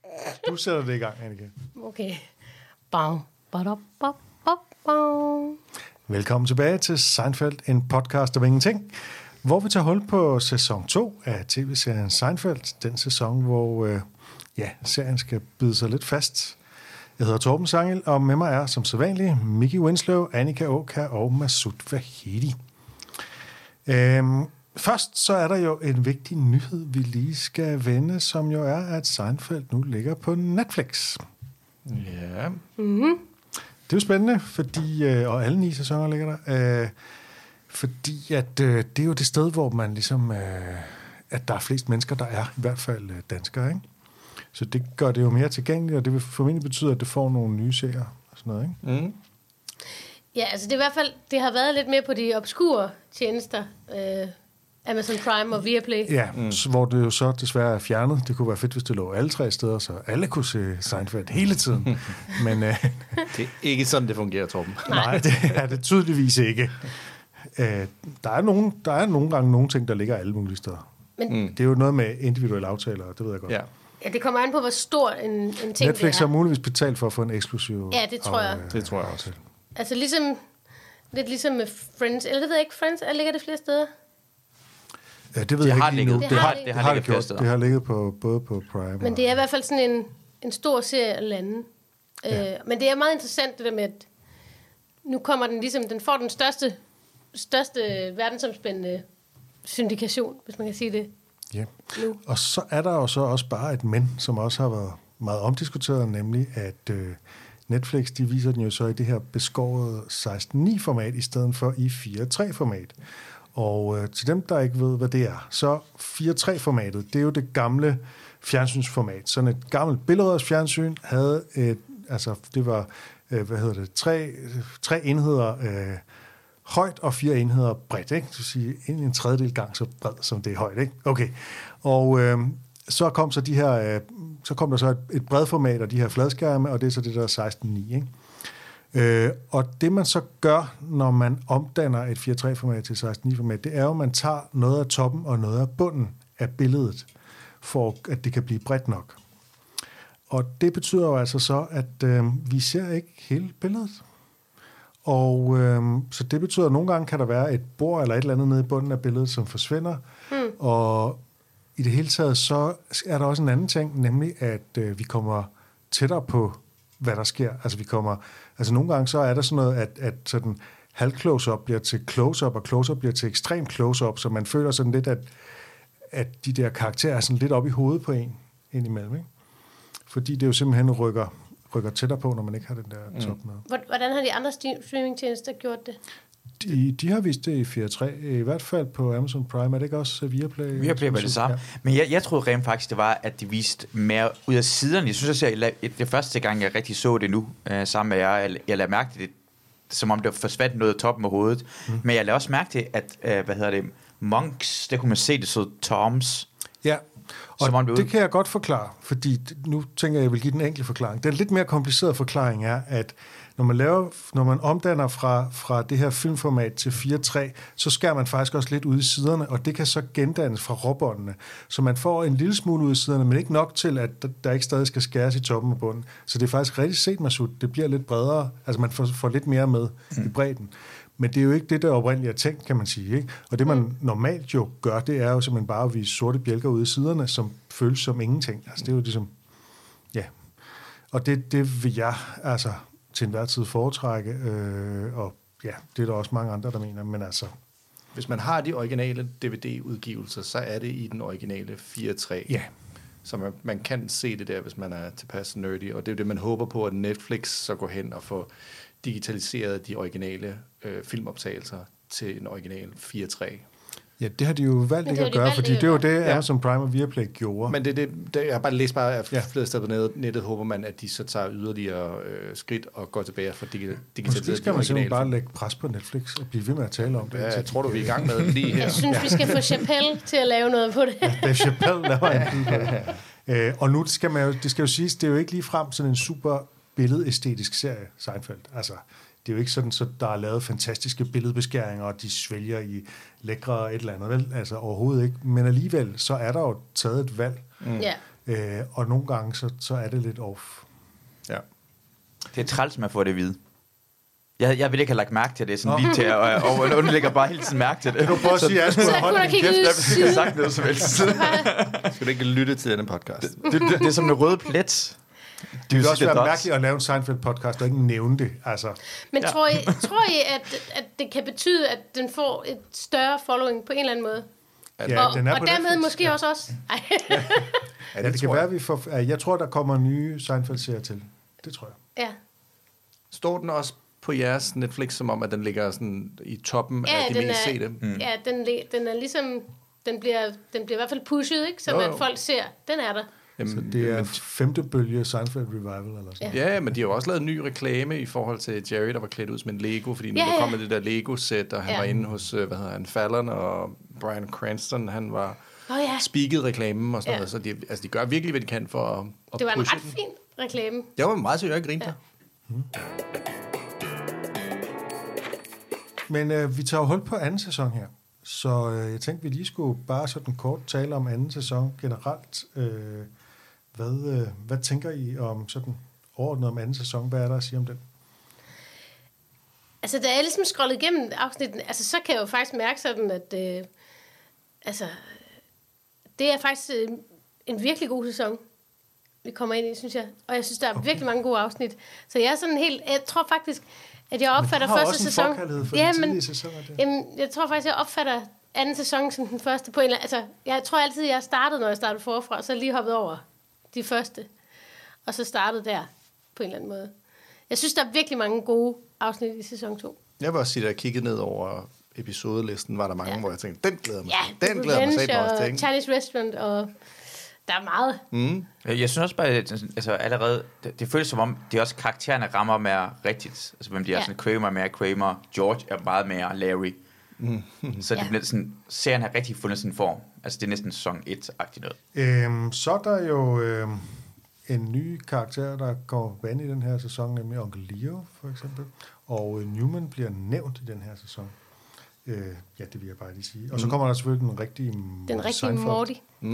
Du sætter det i gang, Annika. Okay. Bam, badop, bop, bop, bam. Velkommen tilbage til Seinfeld, en podcast om ingenting, hvor vi tager hul på sæson 2 af tv-serien Seinfeld. Den sæson, hvor serien skal bide sig lidt fast. Jeg hedder Torben Sangel, og med mig er som sædvanligt Mickey Winslow, Annika Åkær og Masoud Vahedi. Først så er der jo en vigtig nyhed, vi lige skal vende, som jo er, at Seinfeld nu ligger på Netflix. Ja. Mm-hmm. Det er jo spændende, fordi, og alle 9 sæsoner ligger der, fordi at det er jo det sted, hvor man ligesom, at der er flest mennesker, der er, i hvert fald danskere, ikke? Så det gør det jo mere tilgængeligt, og det vil formentlig betyde, at det får nogle nye serier og sådan noget, ikke? Mm. Ja, altså det er i hvert fald, det har været lidt mere på de obskure tjenester, Amazon Prime og Viaplay. Ja, hvor det jo så desværre er fjernet. Det kunne være fedt, hvis det lå alle 3 steder, så alle kunne se Seinfeld hele tiden. Men det er ikke sådan, det fungerer, Torben. Nej, det er det tydeligvis ikke. Der er nogle gange nogle ting, der ligger alle mulige steder. Men det er jo noget med individuelle aftaler, det ved jeg godt. Ja. Ja, det kommer an på, hvor stor en ting Netflix det er. har muligvis betalt for at få en eksklusiv. Ja, det tror jeg. Det tror jeg også. Altså lidt ligesom med Friends. Eller det ved jeg ikke, Friends, ligger det flere steder? Ja, det ved jeg ikke lige nu. Det har ligget flere steder. Det har ligget både på Prime. Men det er i hvert fald sådan en stor serie af lande. Ja. Men det er meget interessant det der med, at nu kommer den ligesom, den får den største verdensomspændende syndikation, hvis man kan sige det. Ja. Nu. Og så er der jo så også bare et men, som også har været meget omdiskuteret, nemlig at Netflix, de viser den jo så i det her beskårede 16:9-format, i stedet for i 4:3-format. Og til dem, der ikke ved, hvad det er, så 4:3-formatet, det er jo det gamle fjernsynsformat. Sådan et gammelt billedrørsfjernsyn havde det var, 3 enheder højt og 4 enheder bredt, ikke? Det vil sige en tredjedel gang så bred, som det er højt, ikke? Okay. Og så kom der så et bredformat og de her fladskærme, og det er så det der 16:9, ikke? Og det man så gør, når man omdanner et 4:3-format til 16:9-format, det er jo, at man tager noget af toppen og noget af bunden af billedet, for at det kan blive bredt nok. Og det betyder jo altså så, at vi ser ikke hele billedet. Og så det betyder, at nogle gange kan der være et bord eller et eller andet nede i bunden af billedet, som forsvinder. Og i det hele taget, så er der også en anden ting, nemlig at vi kommer tættere på, hvad der sker. Altså nogle gange så er der sådan noget, at sådan halv-close-up bliver til close-up, og close-up bliver til ekstrem close-up, så man føler sådan lidt, at de der karakterer er sådan lidt op i hovedet på en indimellem, ikke? Fordi det jo simpelthen rykker tættere på, når man ikke har den der top med. Hvordan har de andre streamingtjenester gjort det? De har vist det i 4:3, i hvert fald på Amazon Prime. Er det ikke også Viaplay? Viaplay var det samme. Ja. Men jeg troede rent faktisk, det var, at de viste mere ud af siderne. Jeg synes, det første gang, jeg rigtig så det nu, sammen med jer, jeg lagde mærke til det, som om det forsvandt noget af toppen af hovedet. Men jeg lagde også mærke til, at, Monks, der kunne man se det så Toms. Ja, og det kan jeg godt forklare, fordi nu tænker jeg vil give den enkle forklaring. Den lidt mere komplicerede forklaring er, at når man omdanner fra det her filmformat til 4:3, så skærer man faktisk også lidt ud i siderne, og det kan så gendannes fra råbåndene. Så man får en lille smule ud i siderne, men ikke nok til, at der ikke stadig skal skæres i toppen og bunden. Så det er faktisk rigtig set, Masoud. Det bliver lidt bredere, altså man får lidt mere med i bredden. Men det er jo ikke det, der oprindeligt er tænkt, kan man sige, ikke? Og det, man normalt jo gør, det er jo simpelthen bare at vise sorte bjælker ude i siderne, som føles som ingenting. Altså det er jo ligesom, ja. Og det vil jeg altså til enhver tid foretrække, og ja, det er der også mange andre, der mener, men altså. Hvis man har de originale DVD-udgivelser, så er det i den originale 4:3. Ja. Så man kan se det der, hvis man er tilpas nerdy, og det er jo det, man håber på, at Netflix så går hen og får digitaliseret de originale filmoptagelser til en original 4:3. Ja, det har de jo valgt ikke at gøre, fordi det er jo det, Amazon Prime og Viaplay gjorde. Men det jeg har bare læst flere steder på nettet, håber man, at de så tager yderligere skridt og går tilbage for digitaliseret. Måske skal man simpelthen bare lægge pres på Netflix og blive ved med at tale om det. Ja, jeg tror du, vi er i gang med det lige her. Jeg synes, vi skal få Chappelle til at lave noget på det. Ja, Chappelle laver en bid på det. Og nu det skal jo siges, det er jo ikke lige frem sådan en super billedæstetisk serie, Seinfeld. Altså, det er jo ikke sådan, så der er lavet fantastiske billedbeskæringer, og de svælger i lækre et eller andet, vel? Altså overhovedet ikke. Men alligevel, så er der jo taget et valg Og nogle gange, så er det lidt off. Ja. Det er træls, man får det at vide. Jeg vil ikke have lagt mærke til det, sådan lige til, og nu lægger bare hele tiden mærke til det. Kan du prøve at sige, at jeg skulle holde min kæft, jeg skal have sagt noget som helst. Skal du ikke lytte til denne podcast? Det er som en rød plet. Det vil også være mærkeligt at lave en Seinfeld-podcast og ikke nævne det. Altså. Men tror I at det kan betyde, at den får et større following på en eller anden måde? Ja, og dermed Netflix, måske også os? Ja, det kan være, vi får... Jeg tror, der kommer nye Seinfeld-serier til. Det tror jeg. Ja. Står den også på jeres Netflix, som om, at den ligger sådan i toppen af de mest sete? Ja, den er ligesom... Den bliver i hvert fald pushet, ikke? Så at folk ser, den er der. Jamen, så det er 5. bølge Seinfeld Revival eller sådan. Ja, men de har jo også lavet en ny reklame i forhold til Jerry, der var klædt ud som en Lego, fordi nu der kom med det der Lego-sæt, og han var inde hos, Fallon, og Bryan Cranston, han var speaket reklamen og sådan noget, så de gør virkelig, hvad de kan for at pushe. Det var en ret fin reklame. Det var meget seriøst grint der. Men vi tager jo hul på anden sæson her. Så jeg tænkte, vi lige skulle bare sådan kort tale om anden sæson generelt. Hvad tænker I om sådan overordnet om anden sæson? Hvad er der at sige om den? Altså, da jeg ligesom scrollede igennem afsnitten, altså, så kan jeg jo faktisk mærke sådan, at det er faktisk en virkelig god sæson, vi kommer ind i, synes jeg. Og jeg synes, der er virkelig mange gode afsnit. Så jeg er sådan helt... Jeg tror faktisk, at jeg opfatter første sæson... Jeg tror faktisk, jeg opfatter anden sæson som den første på en eller anden... Altså, jeg tror altid, jeg startede, når jeg startede forfra, så lige hoppet over de første. Og så startede der på en eller anden måde. Jeg synes, der er virkelig mange gode afsnit i sæson 2. Jeg vil også sige, at jeg kiggede ned over episodelisten, var der mange, hvor jeg tænkte, den glæder mig. Den glæder mig selv også til. Chinese Restaurant, og der er meget. Jeg synes også bare, altså allerede, det føles som om, det også karaktererne rammer mere rigtigt. Altså hvem de er, sådan Kramer er mere Kramer, George er meget mere Larry. Så det bliver sådan, serien har rigtig fundet sin form. Altså det er næsten sæson 1-agtigt noget. Så er der jo en ny karakter, der kommer på banen i den her sæson, nemlig Onkel Leo, for eksempel. Og Newman bliver nævnt i den her sæson. Det vil jeg bare lige sige. Og så kommer der selvfølgelig den rigtige Morty.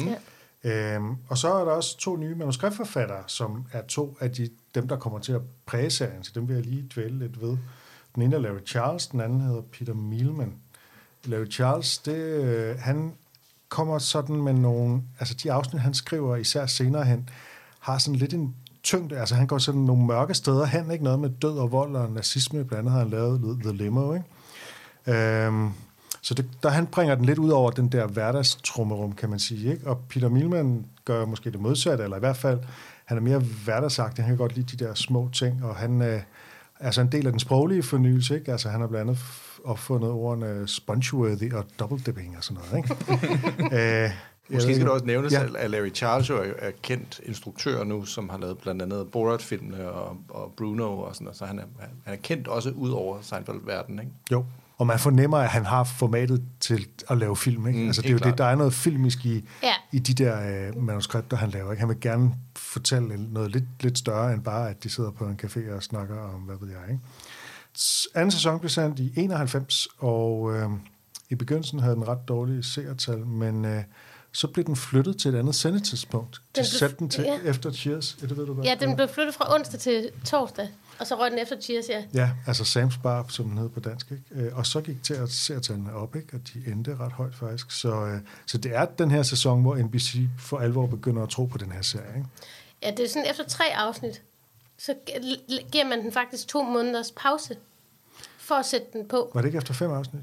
Og så er der også 2 nye manuskriptforfattere, som er 2 af dem, der kommer til at præge serien. Så dem vil jeg lige dvæle lidt ved. Den ene er Larry Charles, den anden hedder Peter Mehlman. Larry Charles, han kommer sådan med nogle... Altså de afsnit, han skriver, især senere hen, har sådan lidt en tyngde. Altså han går sådan nogle mørke steder hen, ikke? Noget med død og vold og nazisme. Blandt andet har han lavet The Limo, ikke? Så han bringer den lidt ud over den der hverdagstrummerum, kan man sige, ikke? Og Peter Mehlman gør måske det modsatte, eller i hvert fald, han er mere hverdagsagtig. Han kan godt lide de der små ting, og han altså en del af den sproglige fornyelse, ikke? Altså han har blandt andet opfundet ordene spongeworthy og double dipping og sådan noget, ikke? Måske skal det også nævnes, at Larry Charles er kendt instruktør nu, som har lavet blandt andet Borat-filmene og Bruno og sådan noget, så han er kendt også ud over Seinfeld-verdenen, ikke? Jo. Og man fornemmer, at han har formatet til at lave film, ikke? Altså det er jo det, der er noget filmisk i de der manuskripter, han laver, ikke? Han vil gerne fortælle noget lidt større, end bare, at de sidder på en café og snakker om, hvad ved jeg, ikke? Anden sæson blev sendt i 91, og i begyndelsen havde den ret dårlige seertal, men så blev den flyttet til et andet sendetidspunkt. De satte den til efter Cheers. Det ved du godt. Ja, den blev flyttet fra onsdag til torsdag, og så røg den efter Cheers, Ja, altså Sam's Bar, som den hed på dansk, ikke? Og så gik til at seertallene op, ikke? Og de endte ret højt faktisk. Så det er den her sæson, hvor NBC for alvor begynder at tro på den her serie, ikke? Ja, det er sådan efter 3 afsnit, så giver man den faktisk 2 måneders pause for at sætte den på. Var det ikke efter 5 afsnit?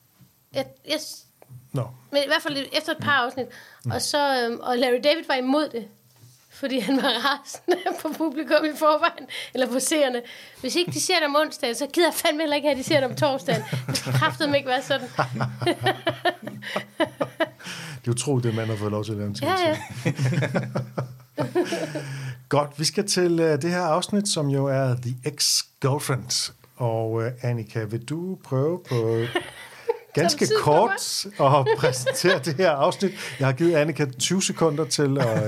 Yes. No. Men i hvert fald efter et par afsnit. Og Larry David var imod det, fordi han var rasende på publikum i forvejen, eller på seerne. Hvis ikke de ser det om onsdagen, så gider jeg fandme heller ikke have, at de ser det om torsdagen. Det skal kraftedeme ikke være sådan. Det er utroligt, det man har fået lov til at lave en tid. Ja. Godt, vi skal til det her afsnit, som jo er The Ex-Girlfriend. Og Annika, vil du prøve på ganske kort at præsentere det her afsnit? Jeg har givet Annika 20 sekunder til at...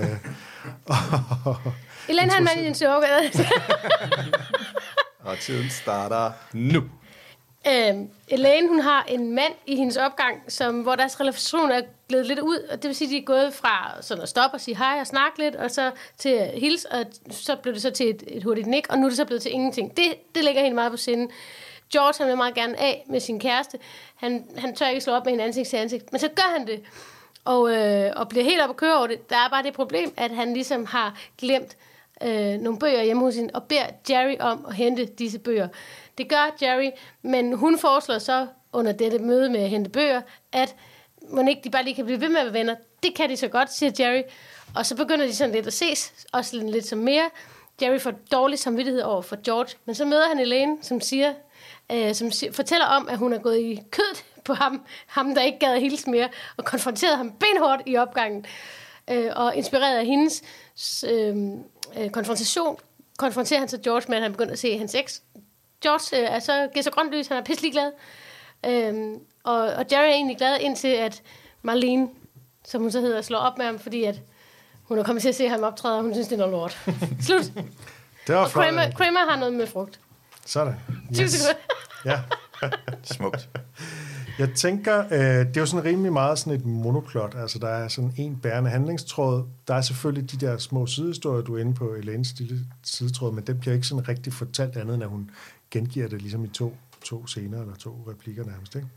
Elaine har en mand i en sukker. Og tiden starter nu. Elaine, hun har en mand i hendes opgang, hvor deres relation er blevet lidt ud, og det vil sige, at de er gået fra sådan at stoppe og sige hej og snakke lidt, og så til at hilse, og så blev det så til et hurtigt nik, og nu er det så blevet til ingenting. Det ligger helt meget på sinde. George, han vil meget gerne af med sin kæreste. Han tør ikke slå op med hende ansigt til ansigt, men så gør han det, og bliver helt op at køre over det. Der er bare det problem, at han ligesom har glemt nogle bøger hjemme hos hende, og beder Jerry om at hente disse bøger. Det gør Jerry, men hun foreslår så under dette møde med at hente bøger, at man ikke de bare lige kan blive ved med at være venner. Det kan de så godt, siger Jerry. Og så begynder de sådan lidt at ses, også lidt som mere. Jerry får dårlig samvittighed over for George, men så møder han Elaine, som fortæller om, at hun er gået i kødet på ham der ikke gad at hilse mere, og konfronteret ham benhårdt i opgangen. Og inspireret af hendes konfrontation, konfronterer han så George med, at han begynder at se hans eks. George giver så grønt lys, han er pisselig glad. Og Jerry er egentlig glad, indtil at Marlene, som hun så hedder, slår op med ham, fordi at hun er kommet til at se ham optræde, og hun synes, det er noget lort. Slut. Det var og Kramer har noget med frugt. Sådan. Yes. Ja. Smukt. Jeg tænker, det er jo sådan rimelig meget sådan et monoplot. Altså, der er sådan en bærende handlingstråd. Der er selvfølgelig de der små sidehistorier, du er inde på, Elaines lille sidetråd, men den bliver ikke sådan rigtig fortalt andet, end at hun gengiver det ligesom i to scener, eller 2 replikker nærmest, ikke?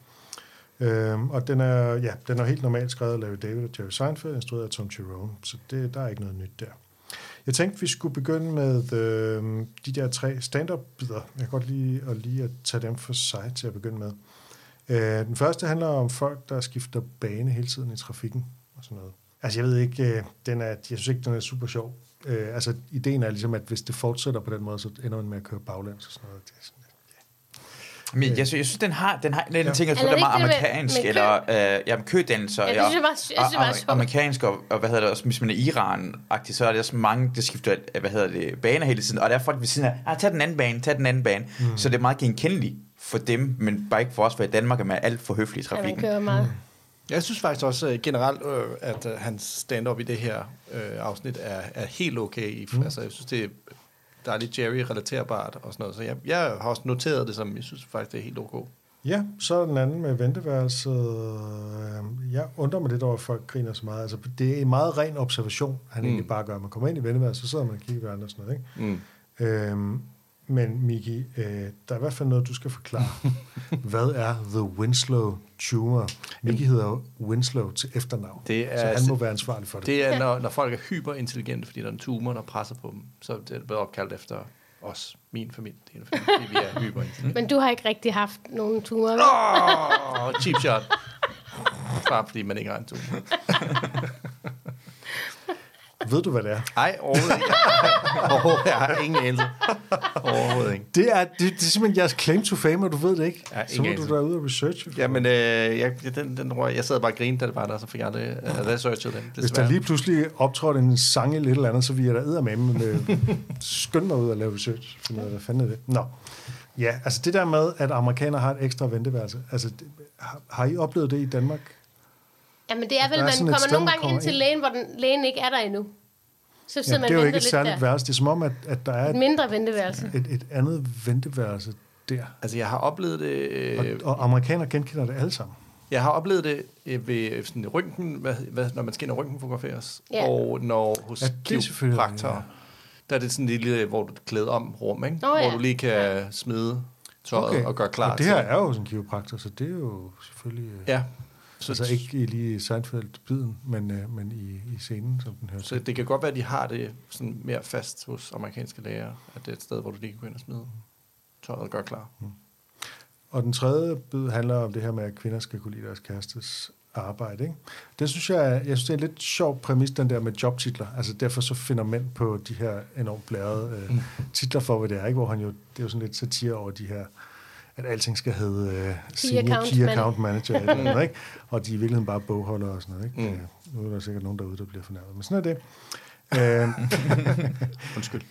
Og den er helt normalt skrevet af Larry David og Jerry Seinfeld, instrueret af Tom Cherone, så der er ikke noget nyt der. Jeg tænkte, vi skulle begynde med de der 3 stand-up-bidder. Jeg kan godt lide at tage dem for sig til at begynde med. Den første handler om folk, der skifter bane hele tiden i trafikken og sådan noget. Altså, jeg ved ikke, jeg synes ikke, den er super sjov. Altså, ideen er ligesom, at hvis det fortsætter på den måde, så ender man med at køre baglæns og sådan noget. Det er sådan, men jeg synes, den ting, jeg tror, der er meget amerikansk, eller kødannelser, amerikansk, og hvad hedder det også, hvis man er Iran-agtig, så er det også mange, der skifter, baner hele tiden, og der er folk ved siden af, tag den anden bane, så det er meget genkendeligt for dem, men bare ikke for os, for i Danmark er man alt for høflig i trafikken. Ja, man kører meget. Jeg synes faktisk også generelt, at hans stand-up i det her afsnit er helt okay. Altså, jeg synes, der er lidt Jerry-relaterbart og sådan noget. Så jeg har også noteret det som, jeg synes faktisk, det er helt okay. Ja, så er den anden med venteværelset. Jeg undrer mig lidt over, at folk griner så meget. Altså, det er en meget ren observation, han egentlig bare gør. Man kommer ind i venteværelset, så sidder man og kigger ved andre og sådan noget, ikke? Men Miki, der er i hvert fald noget, du skal forklare. Hvad er The Winslow Tumor? Miki hedder jo Winslow til efternavn, så han må være ansvarlig for det. Det er, når folk er hyperintelligente, fordi der er en tumor, der presser på dem. Så det er blevet opkaldt efter os, min familie. Fordi vi er hyperintelligente. Men du har ikke rigtig haft nogen tumorer? Cheap shot. Bare fordi man ikke har en tumor. Ved du, hvad det er? Nej, overhovedet ikke. Jeg har ingen anelse. Overhovedet ikke. Det er simpelthen jeres claim to fame, og du ved det ikke. Så må du derude og researche. Jamen, jeg sad bare og grinede, da det var der, så fik jeg det researchet den. Hvis der lige pludselig optrådte en sang eller et eller andet, så vil jeg da eddermame skynde mig ud og lave research. Hvad fanden er det? Nå. Ja, altså det der med, at amerikanere har et ekstra venteværelse. Altså, har I oplevet det i Danmark? Jamen det er vel, man kommer nogle gange ind til lægen, hvor lægen ikke er der endnu. Så sidder man det er jo ikke et særligt værelse. Det er som om, at der er et mindre venteværelse. Et andet venteværelse der. Altså jeg har oplevet det... Og amerikanere genkender det alle sammen. Jeg har oplevet det ved sådan røntgen, når man skal ind og røntgenfotograferes, og når hos kiropraktorer, der er det sådan en lille, hvor du klæder om rum, ikke? Hvor du lige kan smide tøjet og gøre klar. Og det her er jo sådan en kiropraktor, så det er jo selvfølgelig... Ja. Altså ikke lige i Seinfeld-biden, men i scenen, som den hører. Så det kan godt være, at de har det sådan mere fast hos amerikanske læger, at det er et sted, hvor du lige kan gå ind og smide tøjet og gøre klar. Og den tredje bid handler om det her med, at kvinder skal kunne lide deres kærestes arbejde, ikke? Det synes jeg synes, det er en lidt sjov præmis, den der med jobtitler. Altså derfor så finder mænd på de her enormt blærede titler for, hvad det er, ikke? Hvor han jo, det er jo sådan lidt satire over de her, at alting skal hedde Senior Key Account Manager, eller noget, ikke? Og de er i virkeligheden bare bogholdere og sådan noget, ikke? Nu er der sikkert nogen derude, der bliver fornærmet, men sådan er det. Undskyld.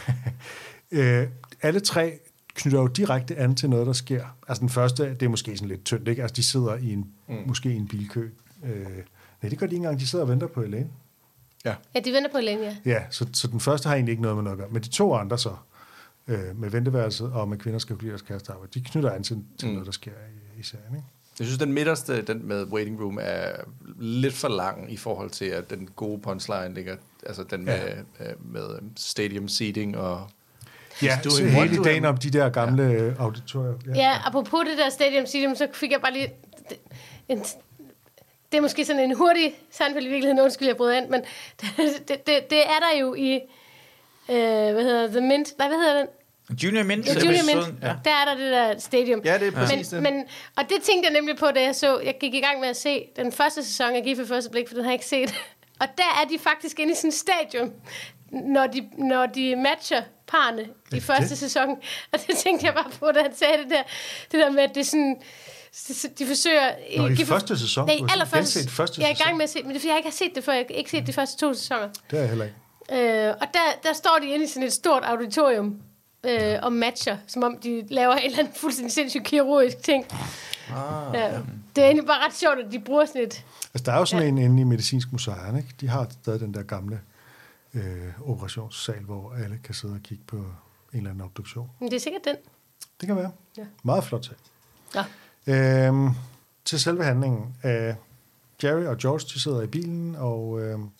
Alle 3 knytter jo direkte an til noget, der sker. Altså den første, det er måske sådan lidt tyndt, ikke? Altså de sidder i måske i en bilkø. Nej, det gør de ikke engang, de sidder og venter på Elaine. Ja, de venter på Elaine, ja. Ja, så den første har egentlig ikke noget med noget at gøre. Men de 2 andre så, med venteværelset, og med kvinder skal kunne lide deres kærestearbejde. De knytter an til noget, der sker i serien, ikke? Jeg synes, den midterste, den med Waiting Room, er lidt for lang i forhold til, at den gode punchline ligger, altså den med stadium seating og... Ja, så hele ideen om de der gamle auditorier. Ja, apropos det der stadium seating, så fik jeg bare lige... Det er måske sådan en hurtig Seinfeld i virkeligheden, undskyld, jeg bryder ind, men det er der jo i... hvad hedder The Mint? Nej, hvad hedder den? Junior Mint. Ja, Junior Mint. Ja. Der er der det der stadium. Ja, det er præcis det. Og det tænkte jeg nemlig på, da jeg gik i gang med at se den første sæson af Gift ved første blik, for den har jeg ikke set. Og der er de faktisk inde i sådan et stadium, når de matcher parne i første sæson. Og det tænkte jeg bare på, da han sagde det der med, at det er sådan... De forsøger... i første sæson? Nej, allerførste. Jeg er i gang med at se, men det er fordi, jeg ikke har set det før. Jeg har ikke set de første 2 sæsoner. Det er jeg heller ikke. Og der står de inde i sådan et stort auditorium og matcher, som om de laver en eller anden fuldstændig sindssygt kirurgisk ting. Det er egentlig bare ret sjovt, at de bruger sådan et... Altså, der er jo sådan en inde i Medicinsk Museum, ikke? De har stadig den der gamle operationssal, hvor alle kan sidde og kigge på en eller anden obduktion. Men det er sikkert den. Det kan være. Ja. Meget flot sag. Ja. Til selve handlingen. Jerry og George, de sidder i bilen, og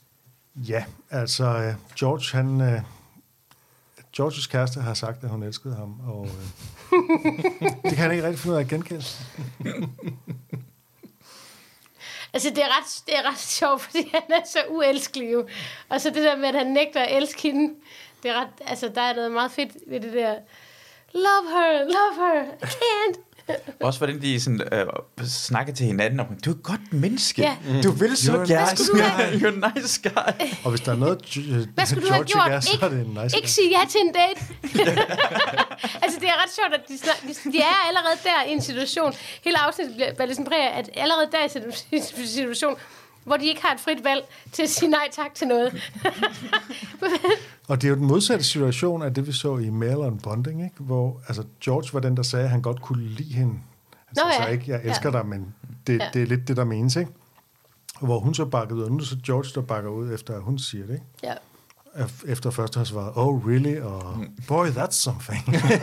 George, Georges kæreste har sagt, at hun elskede ham, og det kan han ikke rigtig finde ud af at genkende. Altså, det er ret sjovt, fordi han er så uelskelig jo. Og så det der med, at han nægter at elske hende, det er ret, altså, der er noget meget fedt ved det der, love her, I can't. Også hvordan de sådan, snakker til hinanden om, du er et godt menneske. Du vil så gerne. You're a nice guy. Og hvis der er noget, hvad skulle du have gjort? Så er det en nice ikke sige ja til en date. Altså, det er ret sjovt, at de er allerede der i en situation. Hele afsnittet bliver ligesom præget, at allerede der i en situation, hvor de ikke har et frit valg til at sige nej tak til noget. Og det er jo den modsatte situation af det, vi så i Mail Bonding, ikke? Hvor altså, George var den, der sagde, at han godt kunne lide hende. Han sagde ikke, jeg elsker dig, men det er lidt det, der menes, ikke? Hvor hun så bakkede ud, og nu er så George, der bakker ud, efter at hun siger det, ikke? Ja. Efter først har svaret, oh really? Og boy, that's something.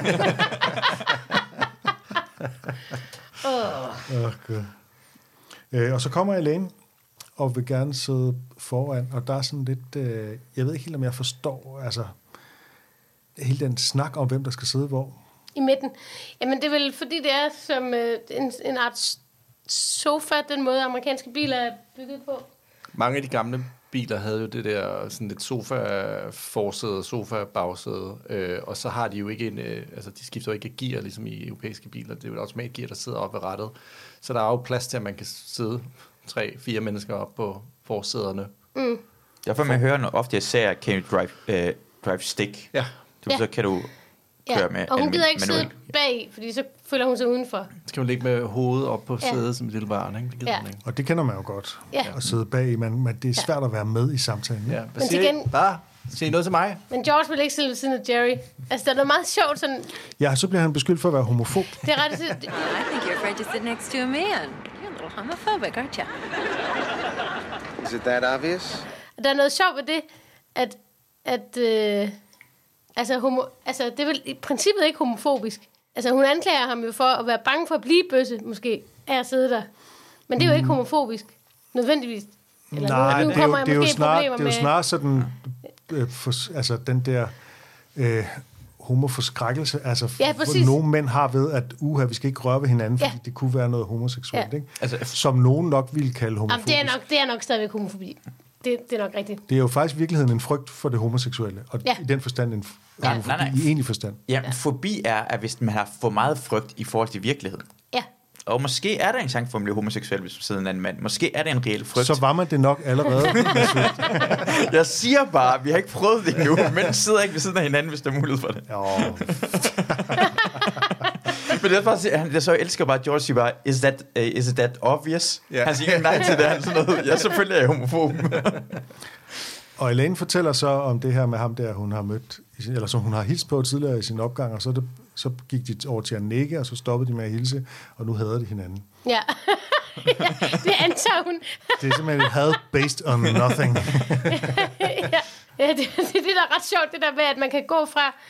Og så kommer Elaine, og vil gerne sidde foran, og der er sådan lidt, jeg ved ikke helt, om jeg forstår, altså, hele den snak om, hvem der skal sidde hvor. I midten. Jamen, det er vel, fordi det er som en art sofa, den måde amerikanske biler er bygget på. Mange af de gamle biler havde jo det der sådan lidt sofa-forsæde, sofa-bagsæde, og så har de jo ikke altså de skifter jo ikke gear, ligesom i europæiske biler. Det er jo et automatgear, der sidder oppe ved rattet. Så der er jo plads til, at man kan sidde 3-4 mennesker op på forsæderne. Derfor man hører ofte, jeg siger, can you drive stick? Ja. Så kan du køre med. Og hun gider ikke sidde bag, fordi så føler hun sig udenfor. Så kan hun ligge med hovedet op på sædet som et lille barn, ikke? Det gider hun ikke. Og det kender man jo godt, at sidde bag. Men det er svært at være med i samtalen. Ja. Men siger I noget til mig? Men George vil ikke sidde ved siden af Jerry. Altså, der er noget meget sjovt sådan... Ja, så bliver han beskyldt for at være homofob. Det er ret... I think you're afraid to sit next to a man. You're a little homophobic, aren't you? Is it that obvious? Der er noget sjovt ved det, at det er vel i princippet ikke homofobisk. Altså, hun anklager ham jo for at være bange for at blive bøsse, måske, af at sidde der. Men det er jo ikke homofobisk, nødvendigvis. Eller nej, det er jo snart sådan, altså den der homoforskrækkelse, altså nogle mænd har ved, at vi skal ikke røre ved hinanden, fordi det kunne være noget homoseksuelt, ikke? Altså, som nogen nok ville kalde homofobisk. Det er nok stadigvæk homofobi. Det er nok rigtigt. Det er jo faktisk i virkeligheden en frygt for det homoseksuelle, og i den forstand en homofobi i egentlig forstand. Ja, fobi er, at hvis man har for meget frygt i forhold til virkeligheden. Ja. Og måske er der en chance for at blive homoseksuel, hvis man sidder en anden mand. Måske er det en reel frygt. Så var man det nok allerede. Jeg siger bare, vi har ikke prøvet det endnu, men sidder ikke ved siden af hinanden, hvis der er mulighed for det. Men det er bare at sige, jeg elsker bare, George siger bare, is it that obvious? Yeah. Han siger ikke nej til det, han sådan noget. Jeg selvfølgelig er homofob. Og Elaine fortæller så om det her med ham der, hun har mødt, eller som hun har hilst på tidligere i sin opgang, og så gik de over til at nikke, og så stoppede de med at hilse, og nu hader de hinanden. Ja, det antager hun. Det er simpelthen et had based on nothing. Ja, det er det, der er ret sjovt, det der med, at man kan gå fra,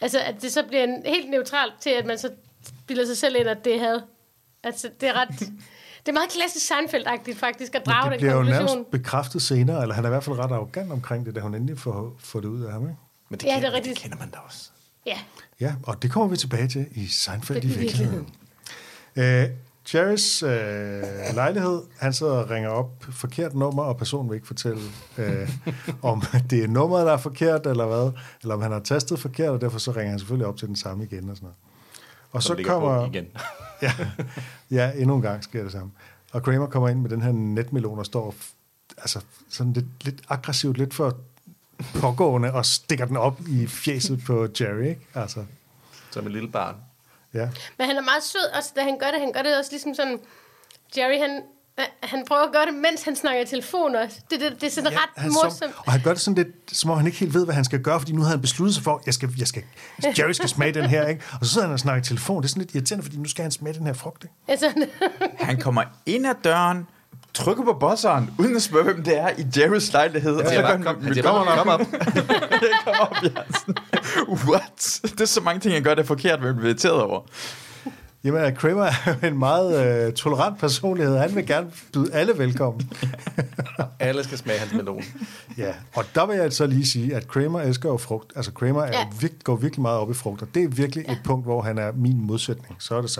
Altså, at det så bliver helt neutralt til, at man så bilder sig selv ind, at det havde. Altså, det er ret... Det er meget klassisk Seinfeld-agtigt faktisk, at drage den konklusion. Det bliver jo nærmest bekræftet senere, eller han er i hvert fald ret arrogant omkring det, da hun endelig får det ud af ham, ikke? Men det, det kender man da også. Ja. Ja, og det kommer vi tilbage til i Seinfeld i virkeligheden. Jerrys lejlighed, han så ringer op forkert nummer, og personen vil ikke fortælle, om det er nummeret, der er forkert, eller hvad, eller om han har tastet forkert, og derfor så ringer han selvfølgelig op til den samme igen og sådan noget. Og så kommer... igen. ja, endnu en gang sker det samme. Og Kramer kommer ind med den her netmelon, og står altså sådan lidt aggressivt, lidt for pågående, og stikker den op i fjeset på Jerry, ikke? Altså. Som et lille barn. Ja. Men han er meget sød, også da han gør det også ligesom sådan, Jerry, han prøver at gøre det, mens han snakker i telefon også. Det er sådan ret morsomt. Og han gør det sådan lidt, som om han ikke helt ved, hvad han skal gøre, fordi nu havde han besluttet sig for, Jerry skal smage den her, ikke? Og så sidder han og snakker i telefon. Det er sådan lidt irriterende, fordi nu skal han smage den her frugt, ikke? Altså. Han kommer ind ad døren, trykker på bosseren, uden at spørge, hvem det er i Jerrys lejlighed. Ja, og så kom op. Kom op, Jensen. What? Det er så mange ting, han gør det forkert, hvad han bliver irriteret over. Jamen, Kramer er en meget tolerant personlighed. Han vil gerne byde alle velkommen. Alle skal smage hans melon. Ja, og der vil jeg så lige sige, at Kramer elsker jo frugt. Altså, Kramer går virkelig meget op i frugt, og det er virkelig et punkt, hvor han er min modsætning. Så er det så.